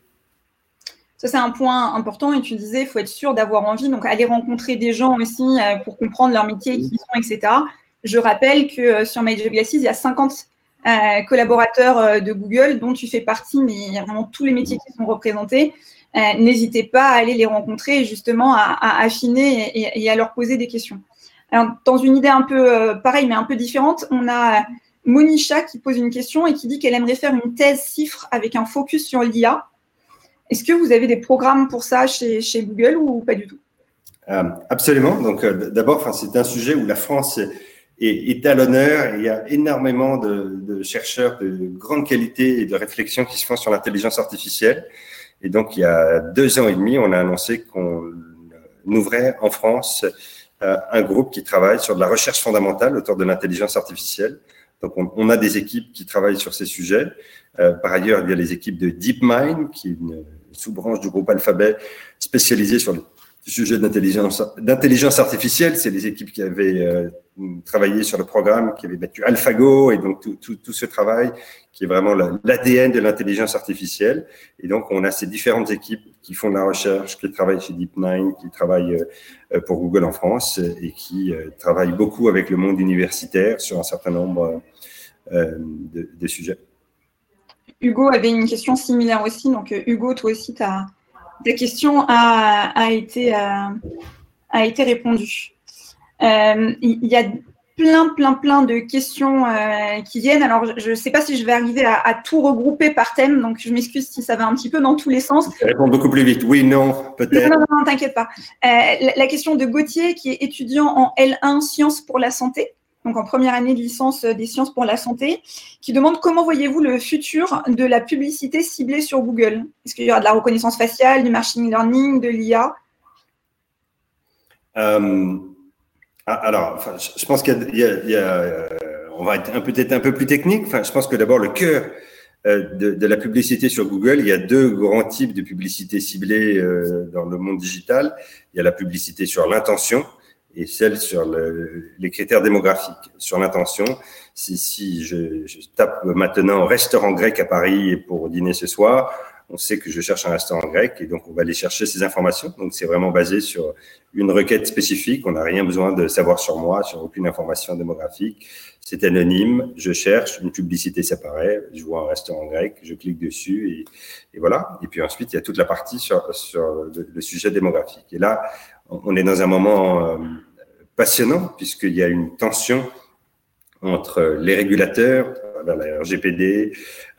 Ça, c'est un point important. Et tu disais, il faut être sûr d'avoir envie. Donc, aller rencontrer des gens aussi pour comprendre leur métier, qui ils sont, etc. Je rappelle que sur MyJobGlasses, il y a 50 collaborateurs de Google dont tu fais partie, mais il y a vraiment tous les métiers qui sont représentés. N'hésitez pas à aller les rencontrer et justement à affiner et à leur poser des questions. Alors, dans une idée un peu pareille, mais un peu différente, on a Monisha qui pose une question et qui dit qu'elle aimerait faire une thèse CIFRE avec un focus sur l'IA. Est-ce que vous avez des programmes pour ça chez Google ou pas du tout? Absolument. Donc, d'abord, c'est un sujet où la France est à l'honneur. Il y a énormément de chercheurs de grande qualité et de réflexion qui se font sur l'intelligence artificielle. Et donc, il y a 2 ans et demi, on a annoncé qu'on ouvrait en France un groupe qui travaille sur de la recherche fondamentale autour de l'intelligence artificielle. Donc, on a des équipes qui travaillent sur ces sujets. Par ailleurs, il y a les équipes de DeepMind, qui est une sous-branche du groupe Alphabet spécialisée sur le sujet d'intelligence artificielle. C'est les équipes qui avaient travaillé sur le programme, qui avaient battu AlphaGo, et donc tout ce travail qui est vraiment l'ADN de l'intelligence artificielle. Et donc, on a ces différentes équipes qui font de la recherche, qui travaillent chez DeepMind, qui travaillent pour Google en France et qui travaillent beaucoup avec le monde universitaire sur un certain nombre de sujets. Hugo avait une question similaire aussi. Donc, Hugo, toi aussi, ta question a été répondue. Il y a plein de questions qui viennent. Alors, je ne sais pas si je vais arriver à tout regrouper par thème, donc je m'excuse si ça va un petit peu dans tous les sens. Je vais répondre beaucoup plus vite. Oui, non, peut-être. Non, t'inquiète pas. La question de Gauthier, qui est étudiant en L1 Sciences pour la santé. donc en première année de licence des sciences pour la santé, qui demande comment voyez-vous le futur de la publicité ciblée sur Google? Est-ce qu'il y aura de la reconnaissance faciale, du machine learning, de l'IA? Alors, enfin, je pense on va être peut-être un peu plus technique. Enfin, je pense que d'abord, le cœur de la publicité sur Google, il y a deux grands types de publicité ciblée dans le monde digital. Il y a la publicité sur l'intention et celle sur les critères démographiques. Sur l'intention, si je tape maintenant restaurant grec à Paris pour dîner ce soir, on sait que je cherche un restaurant grec et donc on va aller chercher ces informations. Donc c'est vraiment basé sur une requête spécifique. On n'a rien besoin de savoir sur moi, sur aucune information démographique. C'est anonyme. Je cherche, une publicité s'apparaît. Je vois un restaurant grec, je clique dessus et voilà. Et puis ensuite il y a toute la partie sur le sujet démographique. Et là, on est dans un moment passionnant puisqu'il y a une tension entre les régulateurs, la RGPD.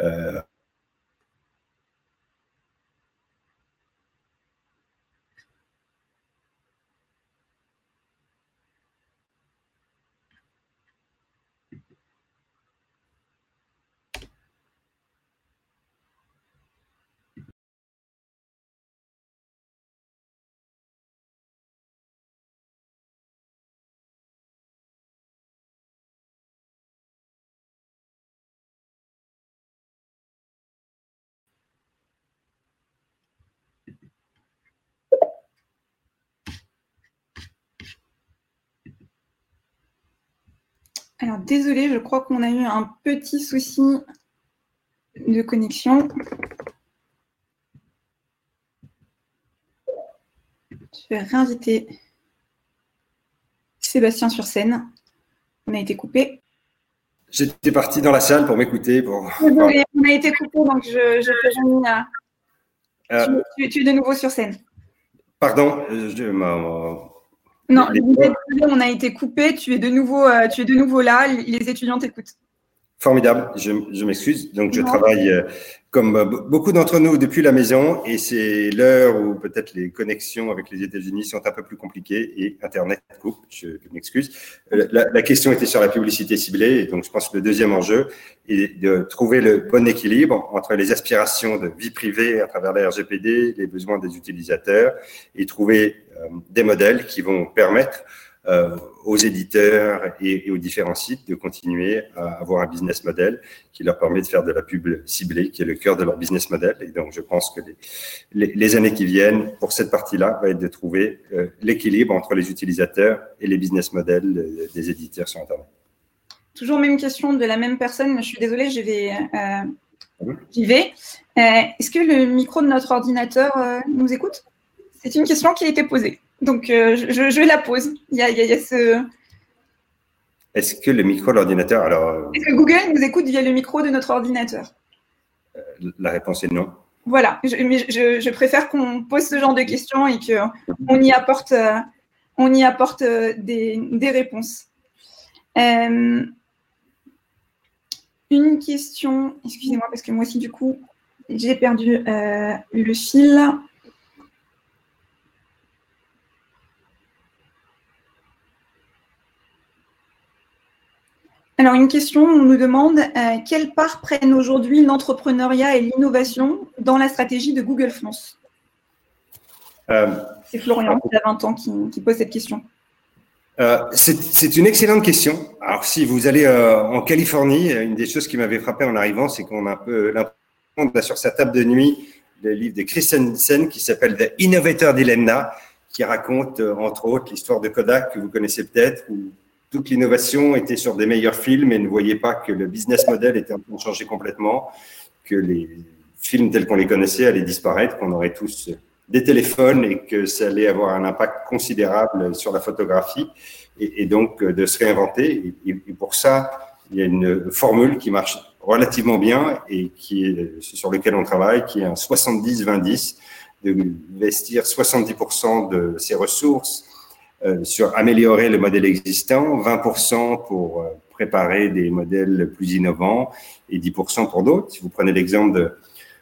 Alors, désolée, je crois qu'on a eu un petit souci de connexion. Je vais réinviter Sébastien sur scène. On a été coupé. J'étais parti dans la salle pour m'écouter. Désolée, on a été coupé, donc je fais tu es de nouveau sur scène. Pardon, non, on a été coupé, tu es de nouveau là, les étudiants t'écoutent. Formidable, je m'excuse. Donc, je travaille comme beaucoup d'entre nous depuis la maison et c'est l'heure où peut-être les connexions avec les États-Unis sont un peu plus compliquées et Internet coupe, je m'excuse. La question était sur la publicité ciblée et donc je pense que le deuxième enjeu est de trouver le bon équilibre entre les aspirations de vie privée à travers la RGPD, les besoins des utilisateurs et trouver des modèles qui vont permettre aux éditeurs et aux différents sites de continuer à avoir un business model qui leur permet de faire de la pub ciblée, qui est le cœur de leur business model. Et donc, je pense que les années qui viennent, pour cette partie-là, va être de trouver l'équilibre entre les utilisateurs et les business models des éditeurs sur Internet. Toujours même question de la même personne. Je suis désolée, j'y vais. Est-ce que le micro de notre ordinateur nous écoute? C'est une question qui a été posée. Donc, je la pose. Il y a ce... Est-ce que le micro de l'ordinateur... Alors... Est-ce que Google nous écoute via le micro de notre ordinateur? La réponse est non. Voilà. Mais je préfère qu'on pose ce genre de questions et qu'on y apporte, des réponses. Une question... Excusez-moi, parce que moi aussi, du coup, j'ai perdu le fil. Alors, une question, on nous demande quelle part prennent aujourd'hui l'entrepreneuriat et l'innovation dans la stratégie de Google France? C'est Florian, qui a 20 ans, qui pose cette question. C'est une excellente question. Alors, si vous allez en Californie, une des choses qui m'avait frappé en arrivant, c'est qu'on a un peu l'impression sur sa table de nuit le livre de Christensen qui s'appelle The Innovator Dilemma, qui raconte, entre autres, l'histoire de Kodak, que vous connaissez peut-être, où toute l'innovation était sur des meilleurs films et ne voyait pas que le business model était en train de changer complètement, que les films tels qu'on les connaissait allaient disparaître, qu'on aurait tous des téléphones et que ça allait avoir un impact considérable sur la photographie et donc de se réinventer. Et pour ça, il y a une formule qui marche relativement bien et sur laquelle on travaille, qui est un 70-20-10, d'investir 70% de ses ressources sur améliorer le modèle existant, 20% pour préparer des modèles plus innovants et 10% pour d'autres. Si vous prenez l'exemple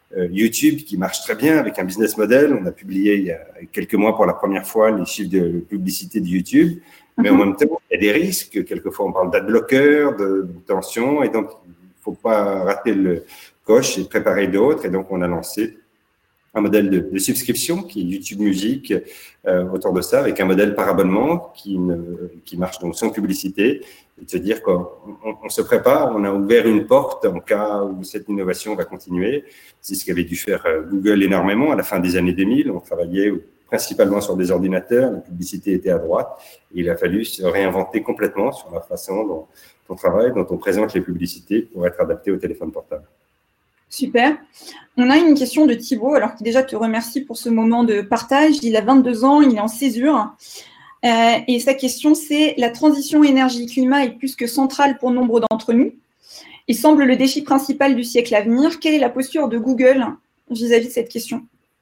YouTube qui marche très bien avec un business model. On a publié il y a quelques mois pour la première fois les chiffres de publicité de YouTube. Mais en même temps, il y a des risques. Quelquefois, on parle d'adblocker, de tension. Et donc, il ne faut pas rater le coche et préparer d'autres. Et donc, on a lancé un modèle de subscription qui est YouTube Music autour de ça, avec un modèle par abonnement qui marche donc sans publicité. Et de se dire qu'on se prépare, on a ouvert une porte en cas où cette innovation va continuer. C'est ce qu'avait dû faire Google énormément à la fin des années 2000. On travaillait principalement sur des ordinateurs, la publicité était à droite. Et il a fallu se réinventer complètement sur la façon dont on travaille, dont on présente les publicités pour être adapté au téléphone portable. Super. On a une question de Thibaut, alors qui déjà te remercie pour ce moment de partage. Il a 22 ans, il est en césure. Et sa question, c'est « La transition énergie-climat est plus que centrale pour nombre d'entre nous. Il semble le défi principal du siècle à venir. Quelle est la posture de Google vis-à-vis de cette question ?»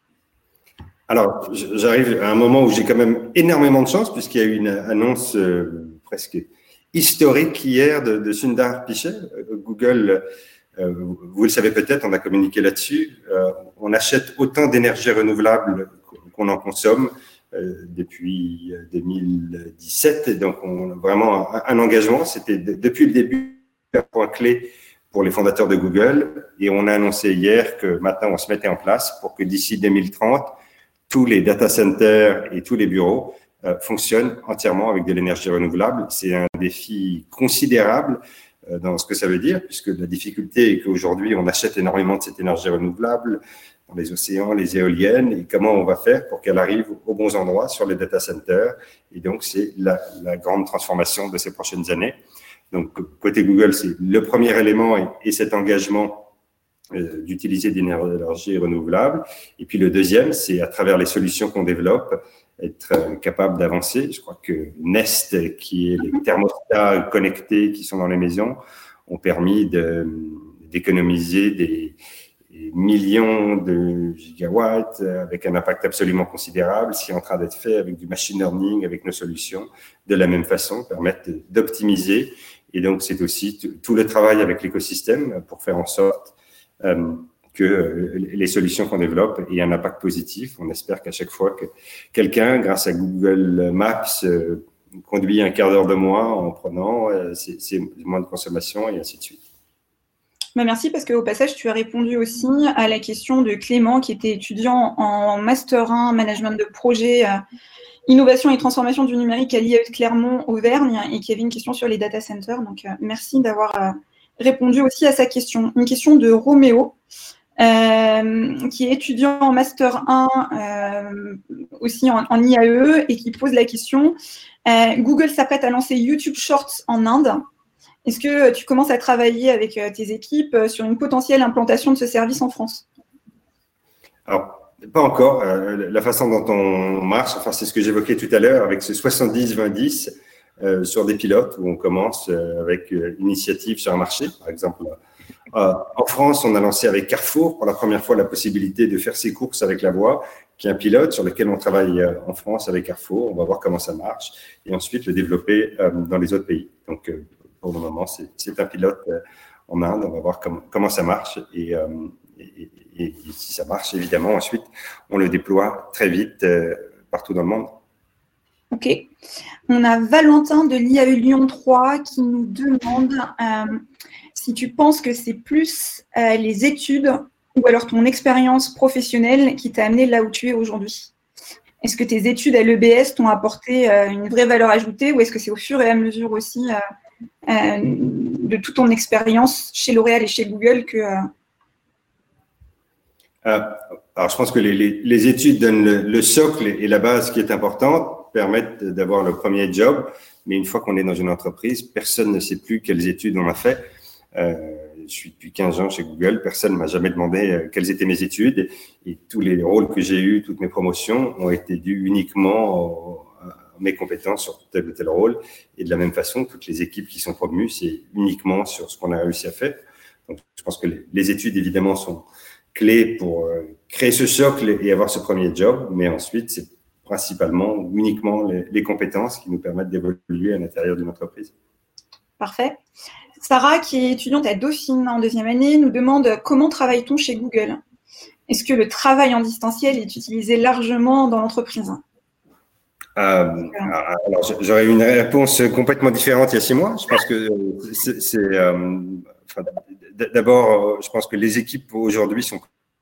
Alors, j'arrive à un moment où j'ai quand même énormément de chance, puisqu'il y a eu une annonce presque historique hier de Sundar Pichai. Google, vous le savez peut-être, on a communiqué là-dessus, on achète autant d'énergie renouvelable qu'on en consomme depuis 2017. Et donc, vraiment un engagement, c'était depuis le début un point clé pour les fondateurs de Google. Et on a annoncé hier que maintenant, on se mettait en place pour que d'ici 2030, tous les data centers et tous les bureaux fonctionnent entièrement avec de l'énergie renouvelable. C'est un défi considérable dans ce que ça veut dire, puisque la difficulté est qu'aujourd'hui, on achète énormément de cette énergie renouvelable dans les océans, les éoliennes, et comment on va faire pour qu'elle arrive aux bons endroits sur les data centers. Et donc, c'est la grande transformation de ces prochaines années. Donc, côté Google, c'est le premier élément et cet engagement d'utiliser de l'énergie renouvelable. Et puis le deuxième, c'est à travers les solutions qu'on développe, être capable d'avancer. Je crois que Nest, qui est les thermostats connectés qui sont dans les maisons, ont permis d'économiser des millions de gigawatts avec un impact absolument considérable. C'est en train d'être fait avec du machine learning, avec nos solutions, de la même façon, permettre d'optimiser. Et donc, c'est aussi tout le travail avec l'écosystème pour faire en sorte que les solutions qu'on développe aient un impact positif. On espère qu'à chaque fois que quelqu'un, grâce à Google Maps, conduit un quart d'heure de moins en prenant, c'est moins de consommation et ainsi de suite. Merci, parce qu'au passage, tu as répondu aussi à la question de Clément, qui était étudiant en Master 1 Management de projet, Innovation et transformation du numérique à l'IAE de Clermont-Auvergne, et qui avait une question sur les data centers. Donc, merci d'avoir répondu aussi à sa question. Une question de Roméo, qui est étudiant en Master 1, aussi en IAE, et qui pose la question Google s'apprête à lancer YouTube Shorts en Inde. Est-ce que tu commences à travailler avec tes équipes sur une potentielle implantation de ce service en France? Alors, pas encore. La façon dont on marche, enfin, c'est ce que j'évoquais tout à l'heure avec ce 70-20-10 sur des pilotes où on commence avec une initiative sur un marché. Par exemple, en France, on a lancé avec Carrefour pour la première fois la possibilité de faire ses courses avec la voix, qui est un pilote sur lequel on travaille en France avec Carrefour. On va voir comment ça marche et ensuite le développer dans les autres pays. Donc, pour le moment, c'est un pilote en Inde. On va voir comment ça marche et si ça marche, évidemment, ensuite, on le déploie très vite partout dans le monde. Ok. On a Valentin de l'IAE Lyon 3 qui nous demande si tu penses que c'est plus les études ou alors ton expérience professionnelle qui t'a amené là où tu es aujourd'hui. Est-ce que tes études à l'EBS t'ont apporté une vraie valeur ajoutée ou est-ce que c'est au fur et à mesure aussi de toute ton expérience chez L'Oréal et chez Google que… Alors, je pense que les études donnent le socle et la base qui est importante, permettent d'avoir le premier job, mais une fois qu'on est dans une entreprise, personne ne sait plus quelles études on a fait. Je suis depuis 15 ans chez Google, personne ne m'a jamais demandé quelles étaient mes études et tous les rôles que j'ai eus, toutes mes promotions ont été dues uniquement à mes compétences sur tel ou tel rôle. Et de la même façon, toutes les équipes qui sont promues, c'est uniquement sur ce qu'on a réussi à faire. Donc, je pense que les études, évidemment, sont clés pour créer ce socle et avoir ce premier job, mais ensuite, c'est principalement, uniquement les compétences qui nous permettent d'évoluer à l'intérieur d'une entreprise. Parfait. Sarah, qui est étudiante à Dauphine en 2e année, nous demande comment travaille-t-on chez Google? Est-ce que le travail en distanciel est utilisé largement dans l'entreprise? Alors, j'aurais une réponse complètement différente il y a 6 mois. Je pense que d'abord, je pense que les équipes aujourd'hui sont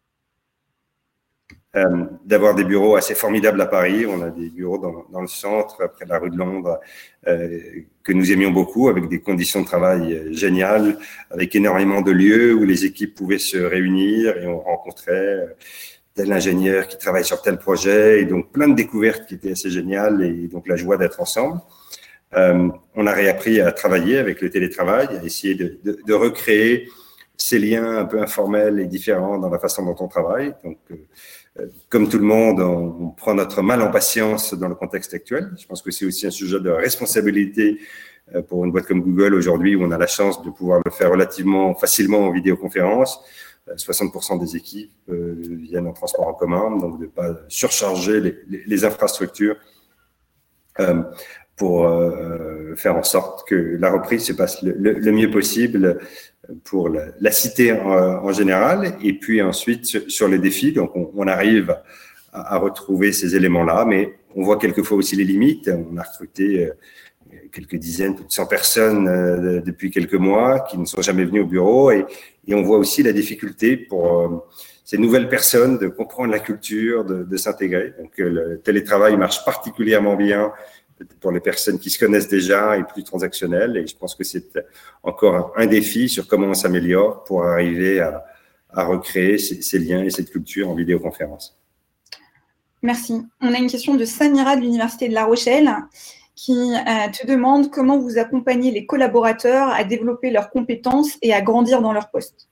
d'avoir des bureaux assez formidables à Paris. On a des bureaux dans le centre, près de la rue de Londres, que nous aimions beaucoup, avec des conditions de travail géniales, avec énormément de lieux où les équipes pouvaient se réunir et on rencontrait tel ingénieur qui travaille sur tel projet, et donc plein de découvertes qui étaient assez géniales, et donc la joie d'être ensemble. On a réappris à travailler avec le télétravail, à essayer de recréer ces liens un peu informels et différents dans la façon dont on travaille. Donc, comme tout le monde, on prend notre mal en patience dans le contexte actuel. Je pense que c'est aussi un sujet de responsabilité pour une boîte comme Google aujourd'hui, où on a la chance de pouvoir le faire relativement facilement en vidéoconférence. 60% des équipes viennent en transport en commun, donc de ne pas surcharger les infrastructures pour faire en sorte que la reprise se passe le mieux possible pour la cité en général, et puis ensuite sur les défis. Donc on arrive à retrouver ces éléments-là, mais on voit quelquefois aussi les limites. On a recruté quelques dizaines, plus de 100 personnes depuis quelques mois qui ne sont jamais venues au bureau, et on voit aussi la difficulté pour ces nouvelles personnes de comprendre la culture, de s'intégrer. Donc le télétravail marche particulièrement bien pour les personnes qui se connaissent déjà et plus transactionnelles, et je pense que c'est encore un défi sur comment on s'améliore pour arriver à recréer ces liens et cette culture en vidéoconférence. Merci. On a une question de Samira de l'Université de La Rochelle qui te demande comment vous accompagnez les collaborateurs à développer leurs compétences et à grandir dans leur poste.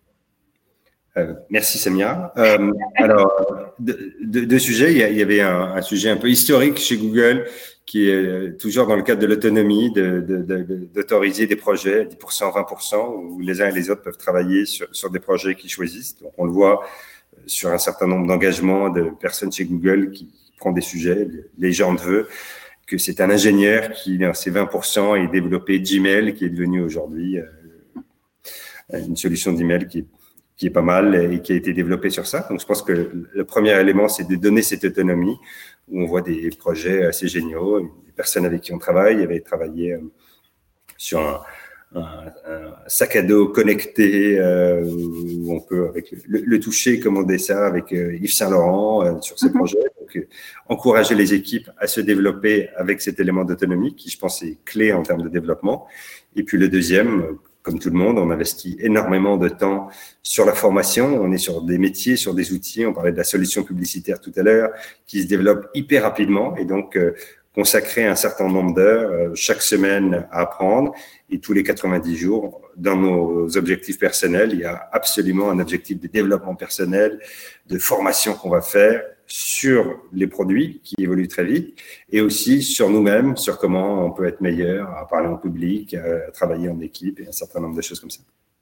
Merci Samia. Alors, deux sujets. Il y avait un sujet un peu historique chez Google qui est toujours dans le cadre de l'autonomie, d'autoriser des projets 10%, 20%, où les uns et les autres peuvent travailler sur des projets qu'ils choisissent. Donc, on le voit sur un certain nombre d'engagements de personnes chez Google qui prend des sujets. Les gens veulent que c'est un ingénieur qui, dans ces 20%, ait développé Gmail, qui est devenu aujourd'hui une solution d'email qui est pas mal et qui a été développée sur ça. Donc, je pense que le premier élément, c'est de donner cette autonomie, où on voit des projets assez géniaux. Les personnes avec qui on travaille avaient travaillé sur un sac à dos connecté où on peut, avec le toucher, commander ça avec Yves Saint Laurent sur ces projets. Donc, encourager les équipes à se développer avec cet élément d'autonomie qui, je pense, est clé en termes de développement. Et puis le deuxième, comme tout le monde, on investit énormément de temps sur la formation. On est sur des métiers, sur des outils. On parlait de la solution publicitaire tout à l'heure, qui se développe hyper rapidement. Et donc, consacrer un certain nombre d'heures chaque semaine à apprendre. Et tous les 90 jours, dans nos objectifs personnels, il y a absolument un objectif de développement personnel, de formation qu'on va faire sur les produits qui évoluent très vite, et aussi sur nous-mêmes, sur comment on peut être meilleur à parler en public, à travailler en équipe, et un certain nombre de choses comme ça.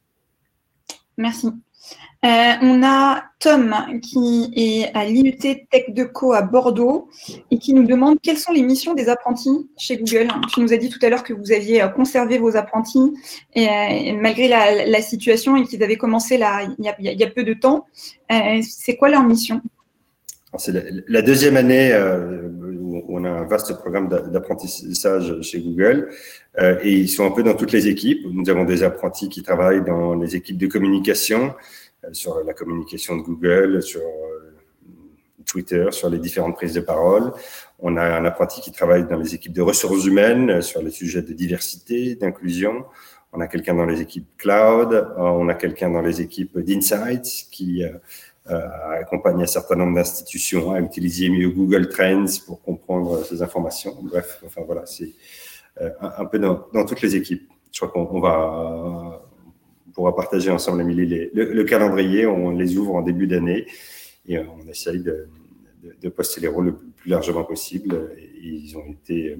Merci. On a Tom qui est à l'IUT Tech Deco à Bordeaux et qui nous demande quelles sont les missions des apprentis chez Google. Tu nous as dit tout à l'heure que vous aviez conservé vos apprentis et malgré la situation et qu'ils avaient commencé là, il y a peu de temps. C'est quoi leur mission ? C'est la deuxième année où on a un vaste programme d'apprentissage chez Google et ils sont un peu dans toutes les équipes. Nous avons des apprentis qui travaillent dans les équipes de communication, sur la communication de Google, sur Twitter, sur les différentes prises de parole. On a un apprenti qui travaille dans les équipes de ressources humaines, sur les sujets de diversité, d'inclusion. On a quelqu'un dans les équipes cloud. On a quelqu'un dans les équipes d'insights qui accompagne un certain nombre d'institutions à utiliser mieux Google Trends pour comprendre ces informations. Bref, enfin voilà, c'est un peu dans toutes les équipes. Je crois qu'on pourra partager ensemble, Émilie, le calendrier. On les ouvre en début d'année et on essaye de poster les rôles le plus largement possible. Et ils ont été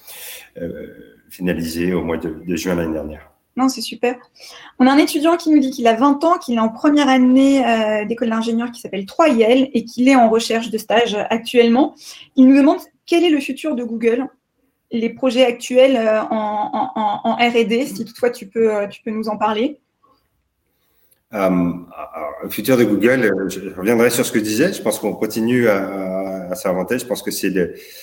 finalisés au mois de juin l'année dernière. Non, c'est super. On a un étudiant qui nous dit qu'il a 20 ans, qu'il est en première année d'école d'ingénieur qui s'appelle 3IL et qu'il est en recherche de stage actuellement. Il nous demande quel est le futur de Google, les projets actuels en R&D, si toutefois tu peux nous en parler. Le futur de Google, je reviendrai sur ce que je disais. Je pense qu'on continue à s'inventer. Je pense que c'est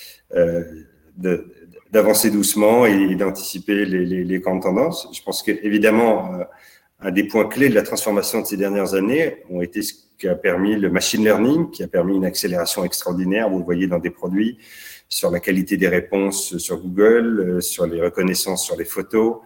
d'avancer doucement et d'anticiper les grandes tendances. Je pense qu'évidemment, un des points clés de la transformation de ces dernières années ont été ce qui a permis le machine learning, qui a permis une accélération extraordinaire. Vous le voyez dans des produits, sur la qualité des réponses sur Google, sur les reconnaissances sur les photos,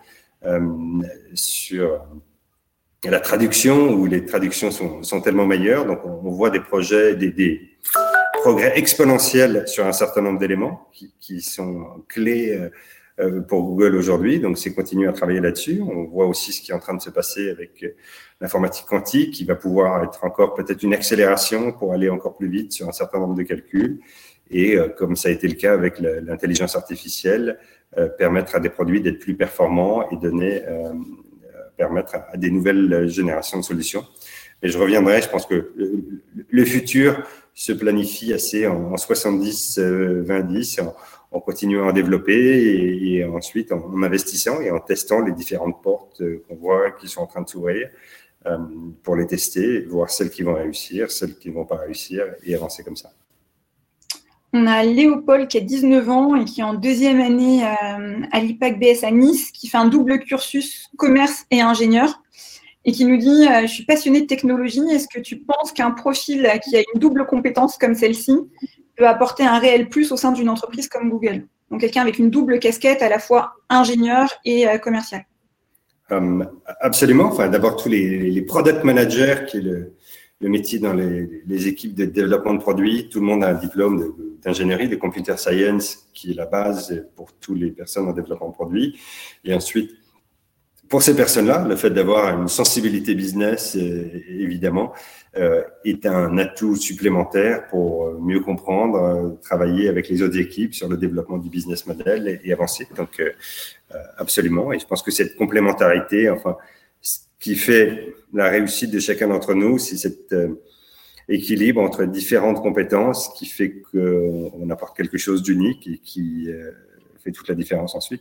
sur la traduction, où les traductions sont tellement meilleures. Donc, on voit des projets, des progrès exponentiels sur un certain nombre d'éléments qui sont clés pour Google aujourd'hui. Donc, c'est continuer à travailler là-dessus. On voit aussi ce qui est en train de se passer avec l'informatique quantique, qui va pouvoir être encore peut-être une accélération pour aller encore plus vite sur un certain nombre de calculs. Et comme ça a été le cas avec l'intelligence artificielle, permettre à des produits d'être plus performants et permettre à des nouvelles générations de solutions. Et je reviendrai, je pense que le futur se planifie assez en 70-20-10, en continuant à développer et ensuite en investissant et en testant les différentes portes qu'on voit qui sont en train de s'ouvrir pour les tester, voir celles qui vont réussir, celles qui ne vont pas réussir et avancer comme ça. On a Léopold qui a 19 ans et qui est en deuxième année à l'IPAC BS à Nice, qui fait un double cursus commerce et ingénieur et qui nous dit « Je suis passionné de technologie. Est-ce que tu penses qu'un profil qui a une double compétence comme celle-ci peut apporter un réel plus au sein d'une entreprise comme Google ?» Donc, quelqu'un avec une double casquette à la fois ingénieur et commercial. Absolument. Enfin, d'abord, tous les product managers, qui est le métier dans les équipes de développement de produits. Tout le monde a un diplôme d'ingénierie, de computer science, qui est la base pour toutes les personnes en développement de produits. Et ensuite, pour ces personnes-là, le fait d'avoir une sensibilité business, évidemment, est un atout supplémentaire pour mieux comprendre, travailler avec les autres équipes sur le développement du business model et avancer. Donc, absolument. Et je pense que cette complémentarité, enfin, ce qui fait la réussite de chacun d'entre nous, c'est cet équilibre entre différentes compétences qui fait qu'on apporte quelque chose d'unique et qui fait toute la différence ensuite.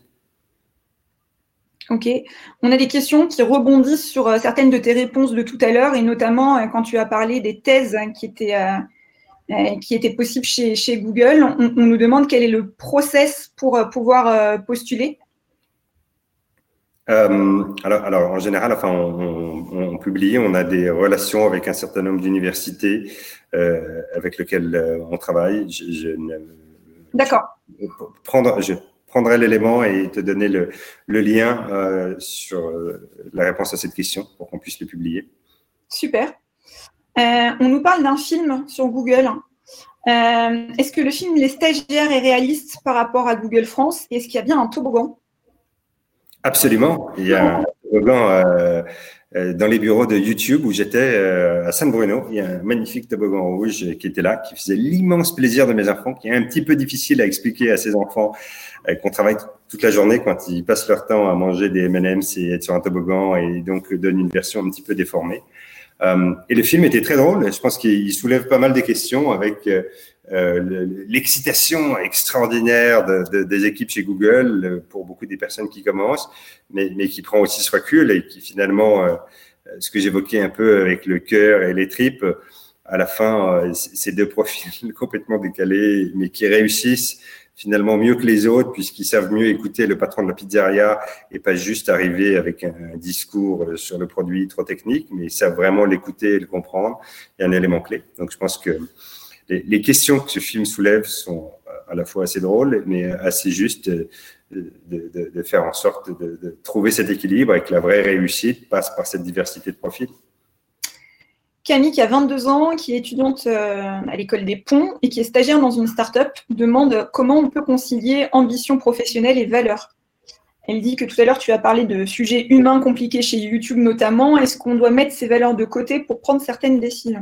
Ok. On a des questions qui rebondissent sur certaines de tes réponses de tout à l'heure, et notamment quand tu as parlé des thèses qui étaient possibles chez Google. On nous demande quel est le process pour pouvoir postuler. Alors, en général, enfin, on publie, on a des relations avec un certain nombre d'universités avec lesquelles on travaille. D'accord. Je prendrai l'élément et te donner le lien sur la réponse à cette question pour qu'on puisse le publier. Super. On nous parle d'un film sur Google. Est-ce que le film Les Stagiaires est réaliste par rapport à Google France? Et est-ce qu'il y a bien un toboggan? Absolument. Il y a un toboggan dans les bureaux de YouTube où j'étais à San Bruno. Il y a un magnifique toboggan rouge qui était là, qui faisait l'immense plaisir de mes enfants, qui est un petit peu difficile à expliquer à ces enfants qu'on travaille toute la journée quand ils passent leur temps à manger des M&M's et être sur un toboggan, et donc donne une version un petit peu déformée. Et le film était très drôle. Je pense qu'il soulève pas mal de questions avec l'excitation extraordinaire des équipes chez Google pour beaucoup des personnes qui commencent, mais qui prend aussi ce recul et qui finalement, ce que j'évoquais un peu avec le cœur et les tripes, à la fin, ces deux profils complètement décalés, mais qui réussissent finalement mieux que les autres, puisqu'ils savent mieux écouter le patron de la pizzeria et pas juste arriver avec un discours sur le produit trop technique, mais ils savent vraiment l'écouter et le comprendre. Il y a un élément clé. Donc, je pense que les questions que ce film soulève sont à la fois assez drôles, mais assez justes de faire en sorte de trouver cet équilibre et que la vraie réussite passe par cette diversité de profils. Camille, qui a 22 ans, qui est étudiante à l'école des Ponts et qui est stagiaire dans une start-up, demande comment on peut concilier ambition professionnelle et valeur. Elle dit que tout à l'heure, tu as parlé de sujets humains compliqués chez YouTube notamment. Est-ce qu'on doit mettre ces valeurs de côté pour prendre certaines décisions?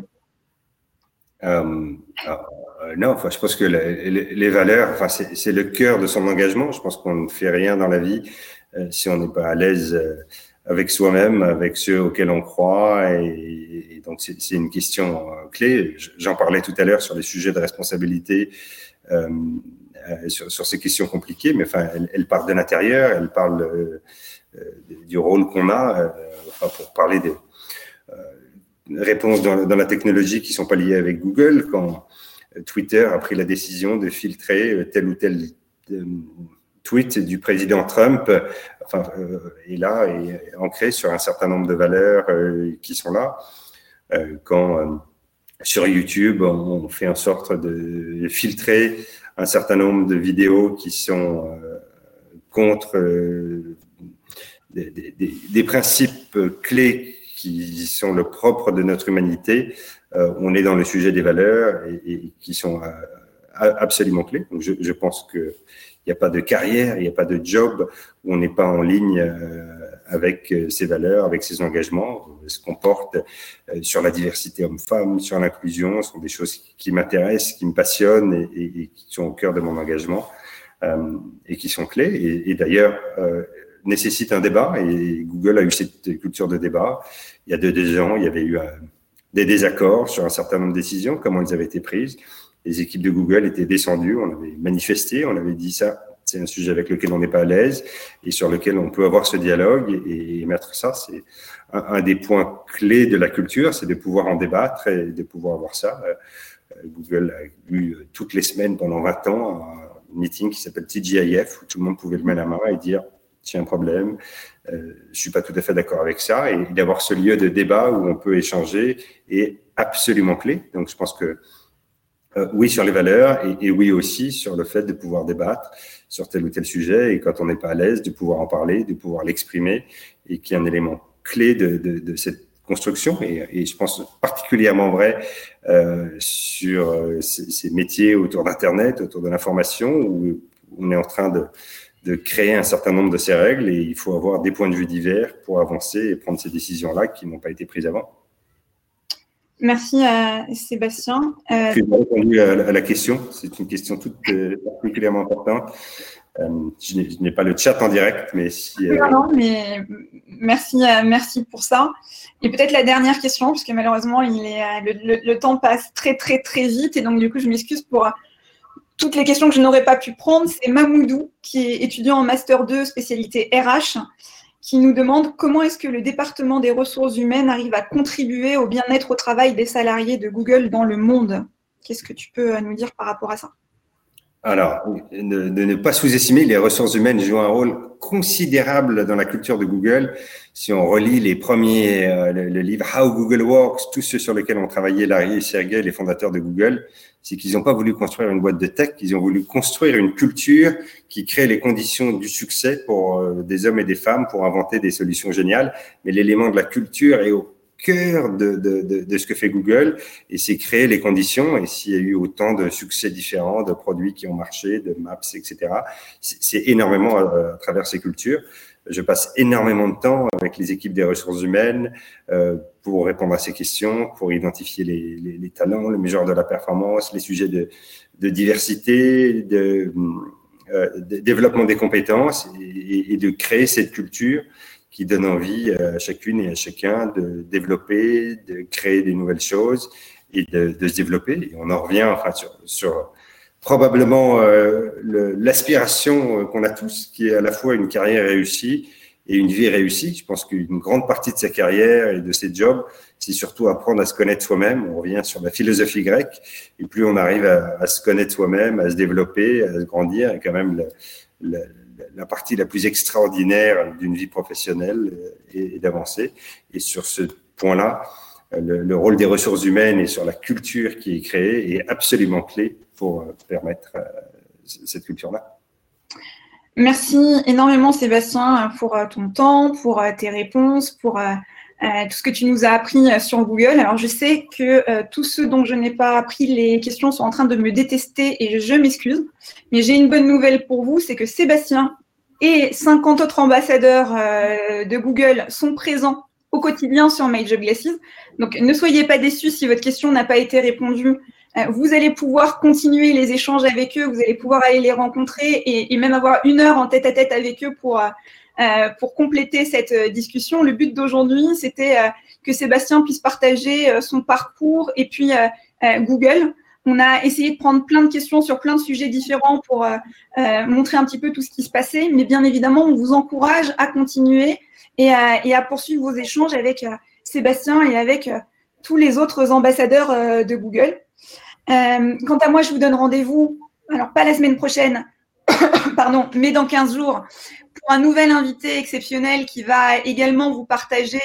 Non, enfin, je pense que les valeurs, enfin, c'est le cœur de son engagement. Je pense qu'on ne fait rien dans la vie si on n'est pas à l'aise avec soi-même, avec ceux auxquels on croit. Et donc, c'est une question clé. J'en parlais tout à l'heure sur les sujets de responsabilité, sur ces questions compliquées, mais enfin, elle parle de l'intérieur, elle parle du rôle qu'on a, enfin, pour parler réponses dans la technologie qui ne sont pas liées avec Google, quand Twitter a pris la décision de filtrer tel ou tel tweet du président Trump, est là et ancré sur un certain nombre de valeurs qui sont là. Quand sur YouTube, on fait en sorte de filtrer un certain nombre de vidéos qui sont contre des principes clés qui sont le propre de notre humanité. On est dans le sujet des valeurs et qui sont absolument clés. Donc je pense qu'il n'y a pas de carrière, il n'y a pas de job où on n'est pas en ligne avec ses valeurs, avec ses engagements. Ce qu'on porte sur la diversité homme-femme, sur l'inclusion, sont des choses qui m'intéressent, qui me passionnent et qui sont au cœur de mon engagement et qui sont clés. Et d'ailleurs, nécessitent un débat. Et Google a eu cette culture de débat. Il y a 2 ans, il y avait eu des désaccords sur un certain nombre de décisions, comment elles avaient été prises. Les équipes de Google étaient descendues, on avait manifesté, on avait dit ça, c'est un sujet avec lequel on n'est pas à l'aise et sur lequel on peut avoir ce dialogue et mettre ça. C'est un des points clés de la culture, c'est de pouvoir en débattre et de pouvoir avoir ça. Google a eu toutes les semaines pendant 20 ans un meeting qui s'appelle TGIF où tout le monde pouvait lever la main et dire « j'ai un problème, je suis pas tout à fait d'accord avec ça » et d'avoir ce lieu de débat où on peut échanger est absolument clé. Donc je pense que oui sur les valeurs et oui aussi sur le fait de pouvoir débattre sur tel ou tel sujet et quand on n'est pas à l'aise, de pouvoir en parler, de pouvoir l'exprimer et qui est un élément clé de cette construction et je pense particulièrement vrai sur ces métiers autour d'Internet, autour de l'information où on est en train de créer un certain nombre de ces règles et il faut avoir des points de vue divers pour avancer et prendre ces décisions-là qui n'ont pas été prises avant. Merci Sébastien. Tu as répondu à la question. C'est une question toute particulièrement importante. Je n'ai pas le chat en direct, mais si… Non, mais merci pour ça. Et peut-être la dernière question, parce que malheureusement, le temps passe très, très, très vite. Et donc, du coup, je m'excuse pour toutes les questions que je n'aurais pas pu prendre. C'est Mamoudou, qui est étudiant en Master 2, spécialité RH, qui nous demande comment est-ce que le département des ressources humaines arrive à contribuer au bien-être au travail des salariés de Google dans le monde. Qu'est-ce que tu peux nous dire par rapport à ça ? Alors, de ne pas sous-estimer, les ressources humaines jouent un rôle considérable dans la culture de Google. Si on relit les premiers, le livre How Google Works, tous ceux sur lesquels ont travaillé Larry et Sergey, les fondateurs de Google, c'est qu'ils n'ont pas voulu construire une boîte de tech, ils ont voulu construire une culture qui crée les conditions du succès pour des hommes et des femmes pour inventer des solutions géniales. Mais l'élément de la culture est au cœur de ce que fait Google et c'est créer les conditions. Et s'il y a eu autant de succès différents, de produits qui ont marché, de maps, etc., c'est énormément à travers ces cultures. Je passe énormément de temps avec les équipes des ressources humaines pour répondre à ces questions, pour identifier les talents, le meilleur de la performance, les sujets de diversité, de développement des compétences et de créer cette culture qui donne envie à chacune et à chacun de développer, de créer des nouvelles choses et de se développer. Et on en revient sur probablement l'aspiration qu'on a tous, qui est à la fois une carrière réussie et une vie réussie. Je pense qu'une grande partie de sa carrière et de ses jobs, c'est surtout apprendre à se connaître soi-même. On revient sur la philosophie grecque. Et plus on arrive à se connaître soi-même, à se développer, à se grandir, et quand même la partie la plus extraordinaire d'une vie professionnelle et d'avancer. Et sur ce point-là, le rôle des ressources humaines et sur la culture qui est créée est absolument clé pour permettre cette culture-là. Merci énormément Sébastien pour ton temps, pour tes réponses, pour tout ce que tu nous as appris sur Google. Alors je sais que tous ceux dont je n'ai pas appris les questions sont en train de me détester et je m'excuse. Mais j'ai une bonne nouvelle pour vous, c'est que Sébastien et 50 autres ambassadeurs de Google sont présents au quotidien sur My Job Glasses. Donc, ne soyez pas déçus si votre question n'a pas été répondue. Vous allez pouvoir continuer les échanges avec eux, vous allez pouvoir aller les rencontrer et même avoir 1 heure en tête-à-tête avec eux pour compléter cette discussion. Le but d'aujourd'hui, c'était que Sébastien puisse partager son parcours et puis Google. On a essayé de prendre plein de questions sur plein de sujets différents pour montrer un petit peu tout ce qui se passait. Mais bien évidemment, on vous encourage à continuer et à poursuivre vos échanges avec Sébastien et avec tous les autres ambassadeurs de Google. Quant à moi, je vous donne rendez-vous, alors pas la semaine prochaine, pardon, mais dans 15 jours, pour un nouvel invité exceptionnel qui va également vous partager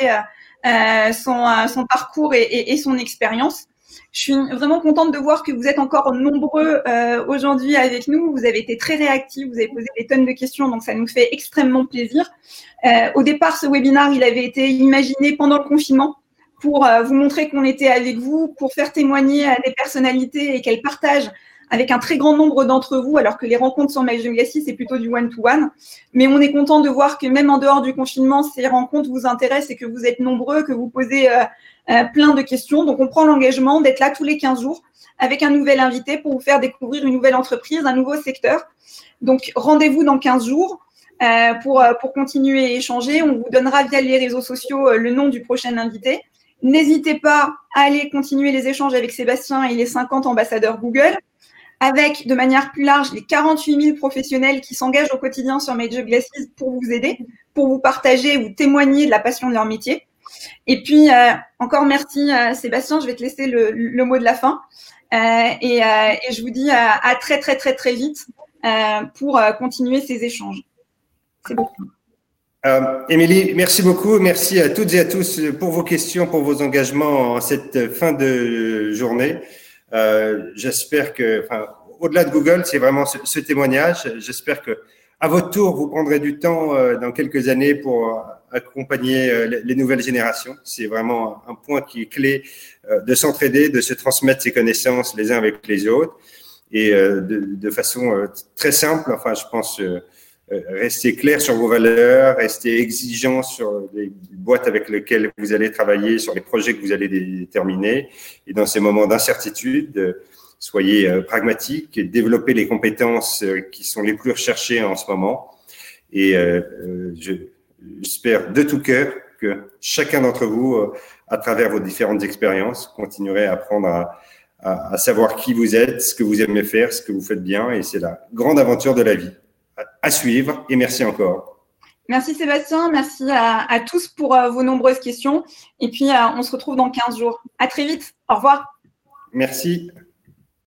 son parcours et son expérience. Je suis vraiment contente de voir que vous êtes encore nombreux aujourd'hui avec nous. Vous avez été très réactifs, vous avez posé des tonnes de questions, donc ça nous fait extrêmement plaisir. Au départ, ce webinaire, il avait été imaginé pendant le confinement pour vous montrer qu'on était avec vous, pour faire témoigner à des personnalités et qu'elles partagent avec un très grand nombre d'entre vous, alors que les rencontres sur My Legacy, c'est plutôt du one-to-one. Mais on est content de voir que même en dehors du confinement, ces rencontres vous intéressent et que vous êtes nombreux, que vous posez plein de questions. Donc, on prend l'engagement d'être là tous les 15 jours avec un nouvel invité pour vous faire découvrir une nouvelle entreprise, un nouveau secteur. Donc, rendez-vous dans 15 jours pour continuer à échanger. On vous donnera via les réseaux sociaux le nom du prochain invité. N'hésitez pas à aller continuer les échanges avec Sébastien et les 50 ambassadeurs Google, avec de manière plus large les 48 000 professionnels qui s'engagent au quotidien sur Major Glasses pour vous aider, pour vous partager ou témoigner de la passion de leur métier. Et puis, encore merci Sébastien, je vais te laisser le mot de la fin. Et je vous dis à très, très, très, très vite pour continuer ces échanges. C'est bon. Émilie, merci beaucoup. Merci à toutes et à tous pour vos questions, pour vos engagements en cette fin de journée. J'espère que, au-delà de Google, c'est vraiment ce témoignage. J'espère que, à votre tour, vous prendrez du temps dans quelques années pour accompagner les nouvelles générations. C'est vraiment un point qui est clé de s'entraider, de se transmettre ses connaissances les uns avec les autres et de façon très simple. Enfin, je pense rester clair sur vos valeurs, rester exigeant sur les boîtes avec lesquelles vous allez travailler, sur les projets que vous allez déterminer. Et dans ces moments d'incertitude, soyez pragmatiques et développez les compétences qui sont les plus recherchées en ce moment. Et j'espère de tout cœur que chacun d'entre vous, à travers vos différentes expériences, continuerez à apprendre à savoir qui vous êtes, ce que vous aimez faire, ce que vous faites bien. Et c'est la grande aventure de la vie. À suivre et merci encore. Merci Sébastien, merci à tous pour vos nombreuses questions et puis on se retrouve dans 15 jours. À très vite, au revoir. Merci.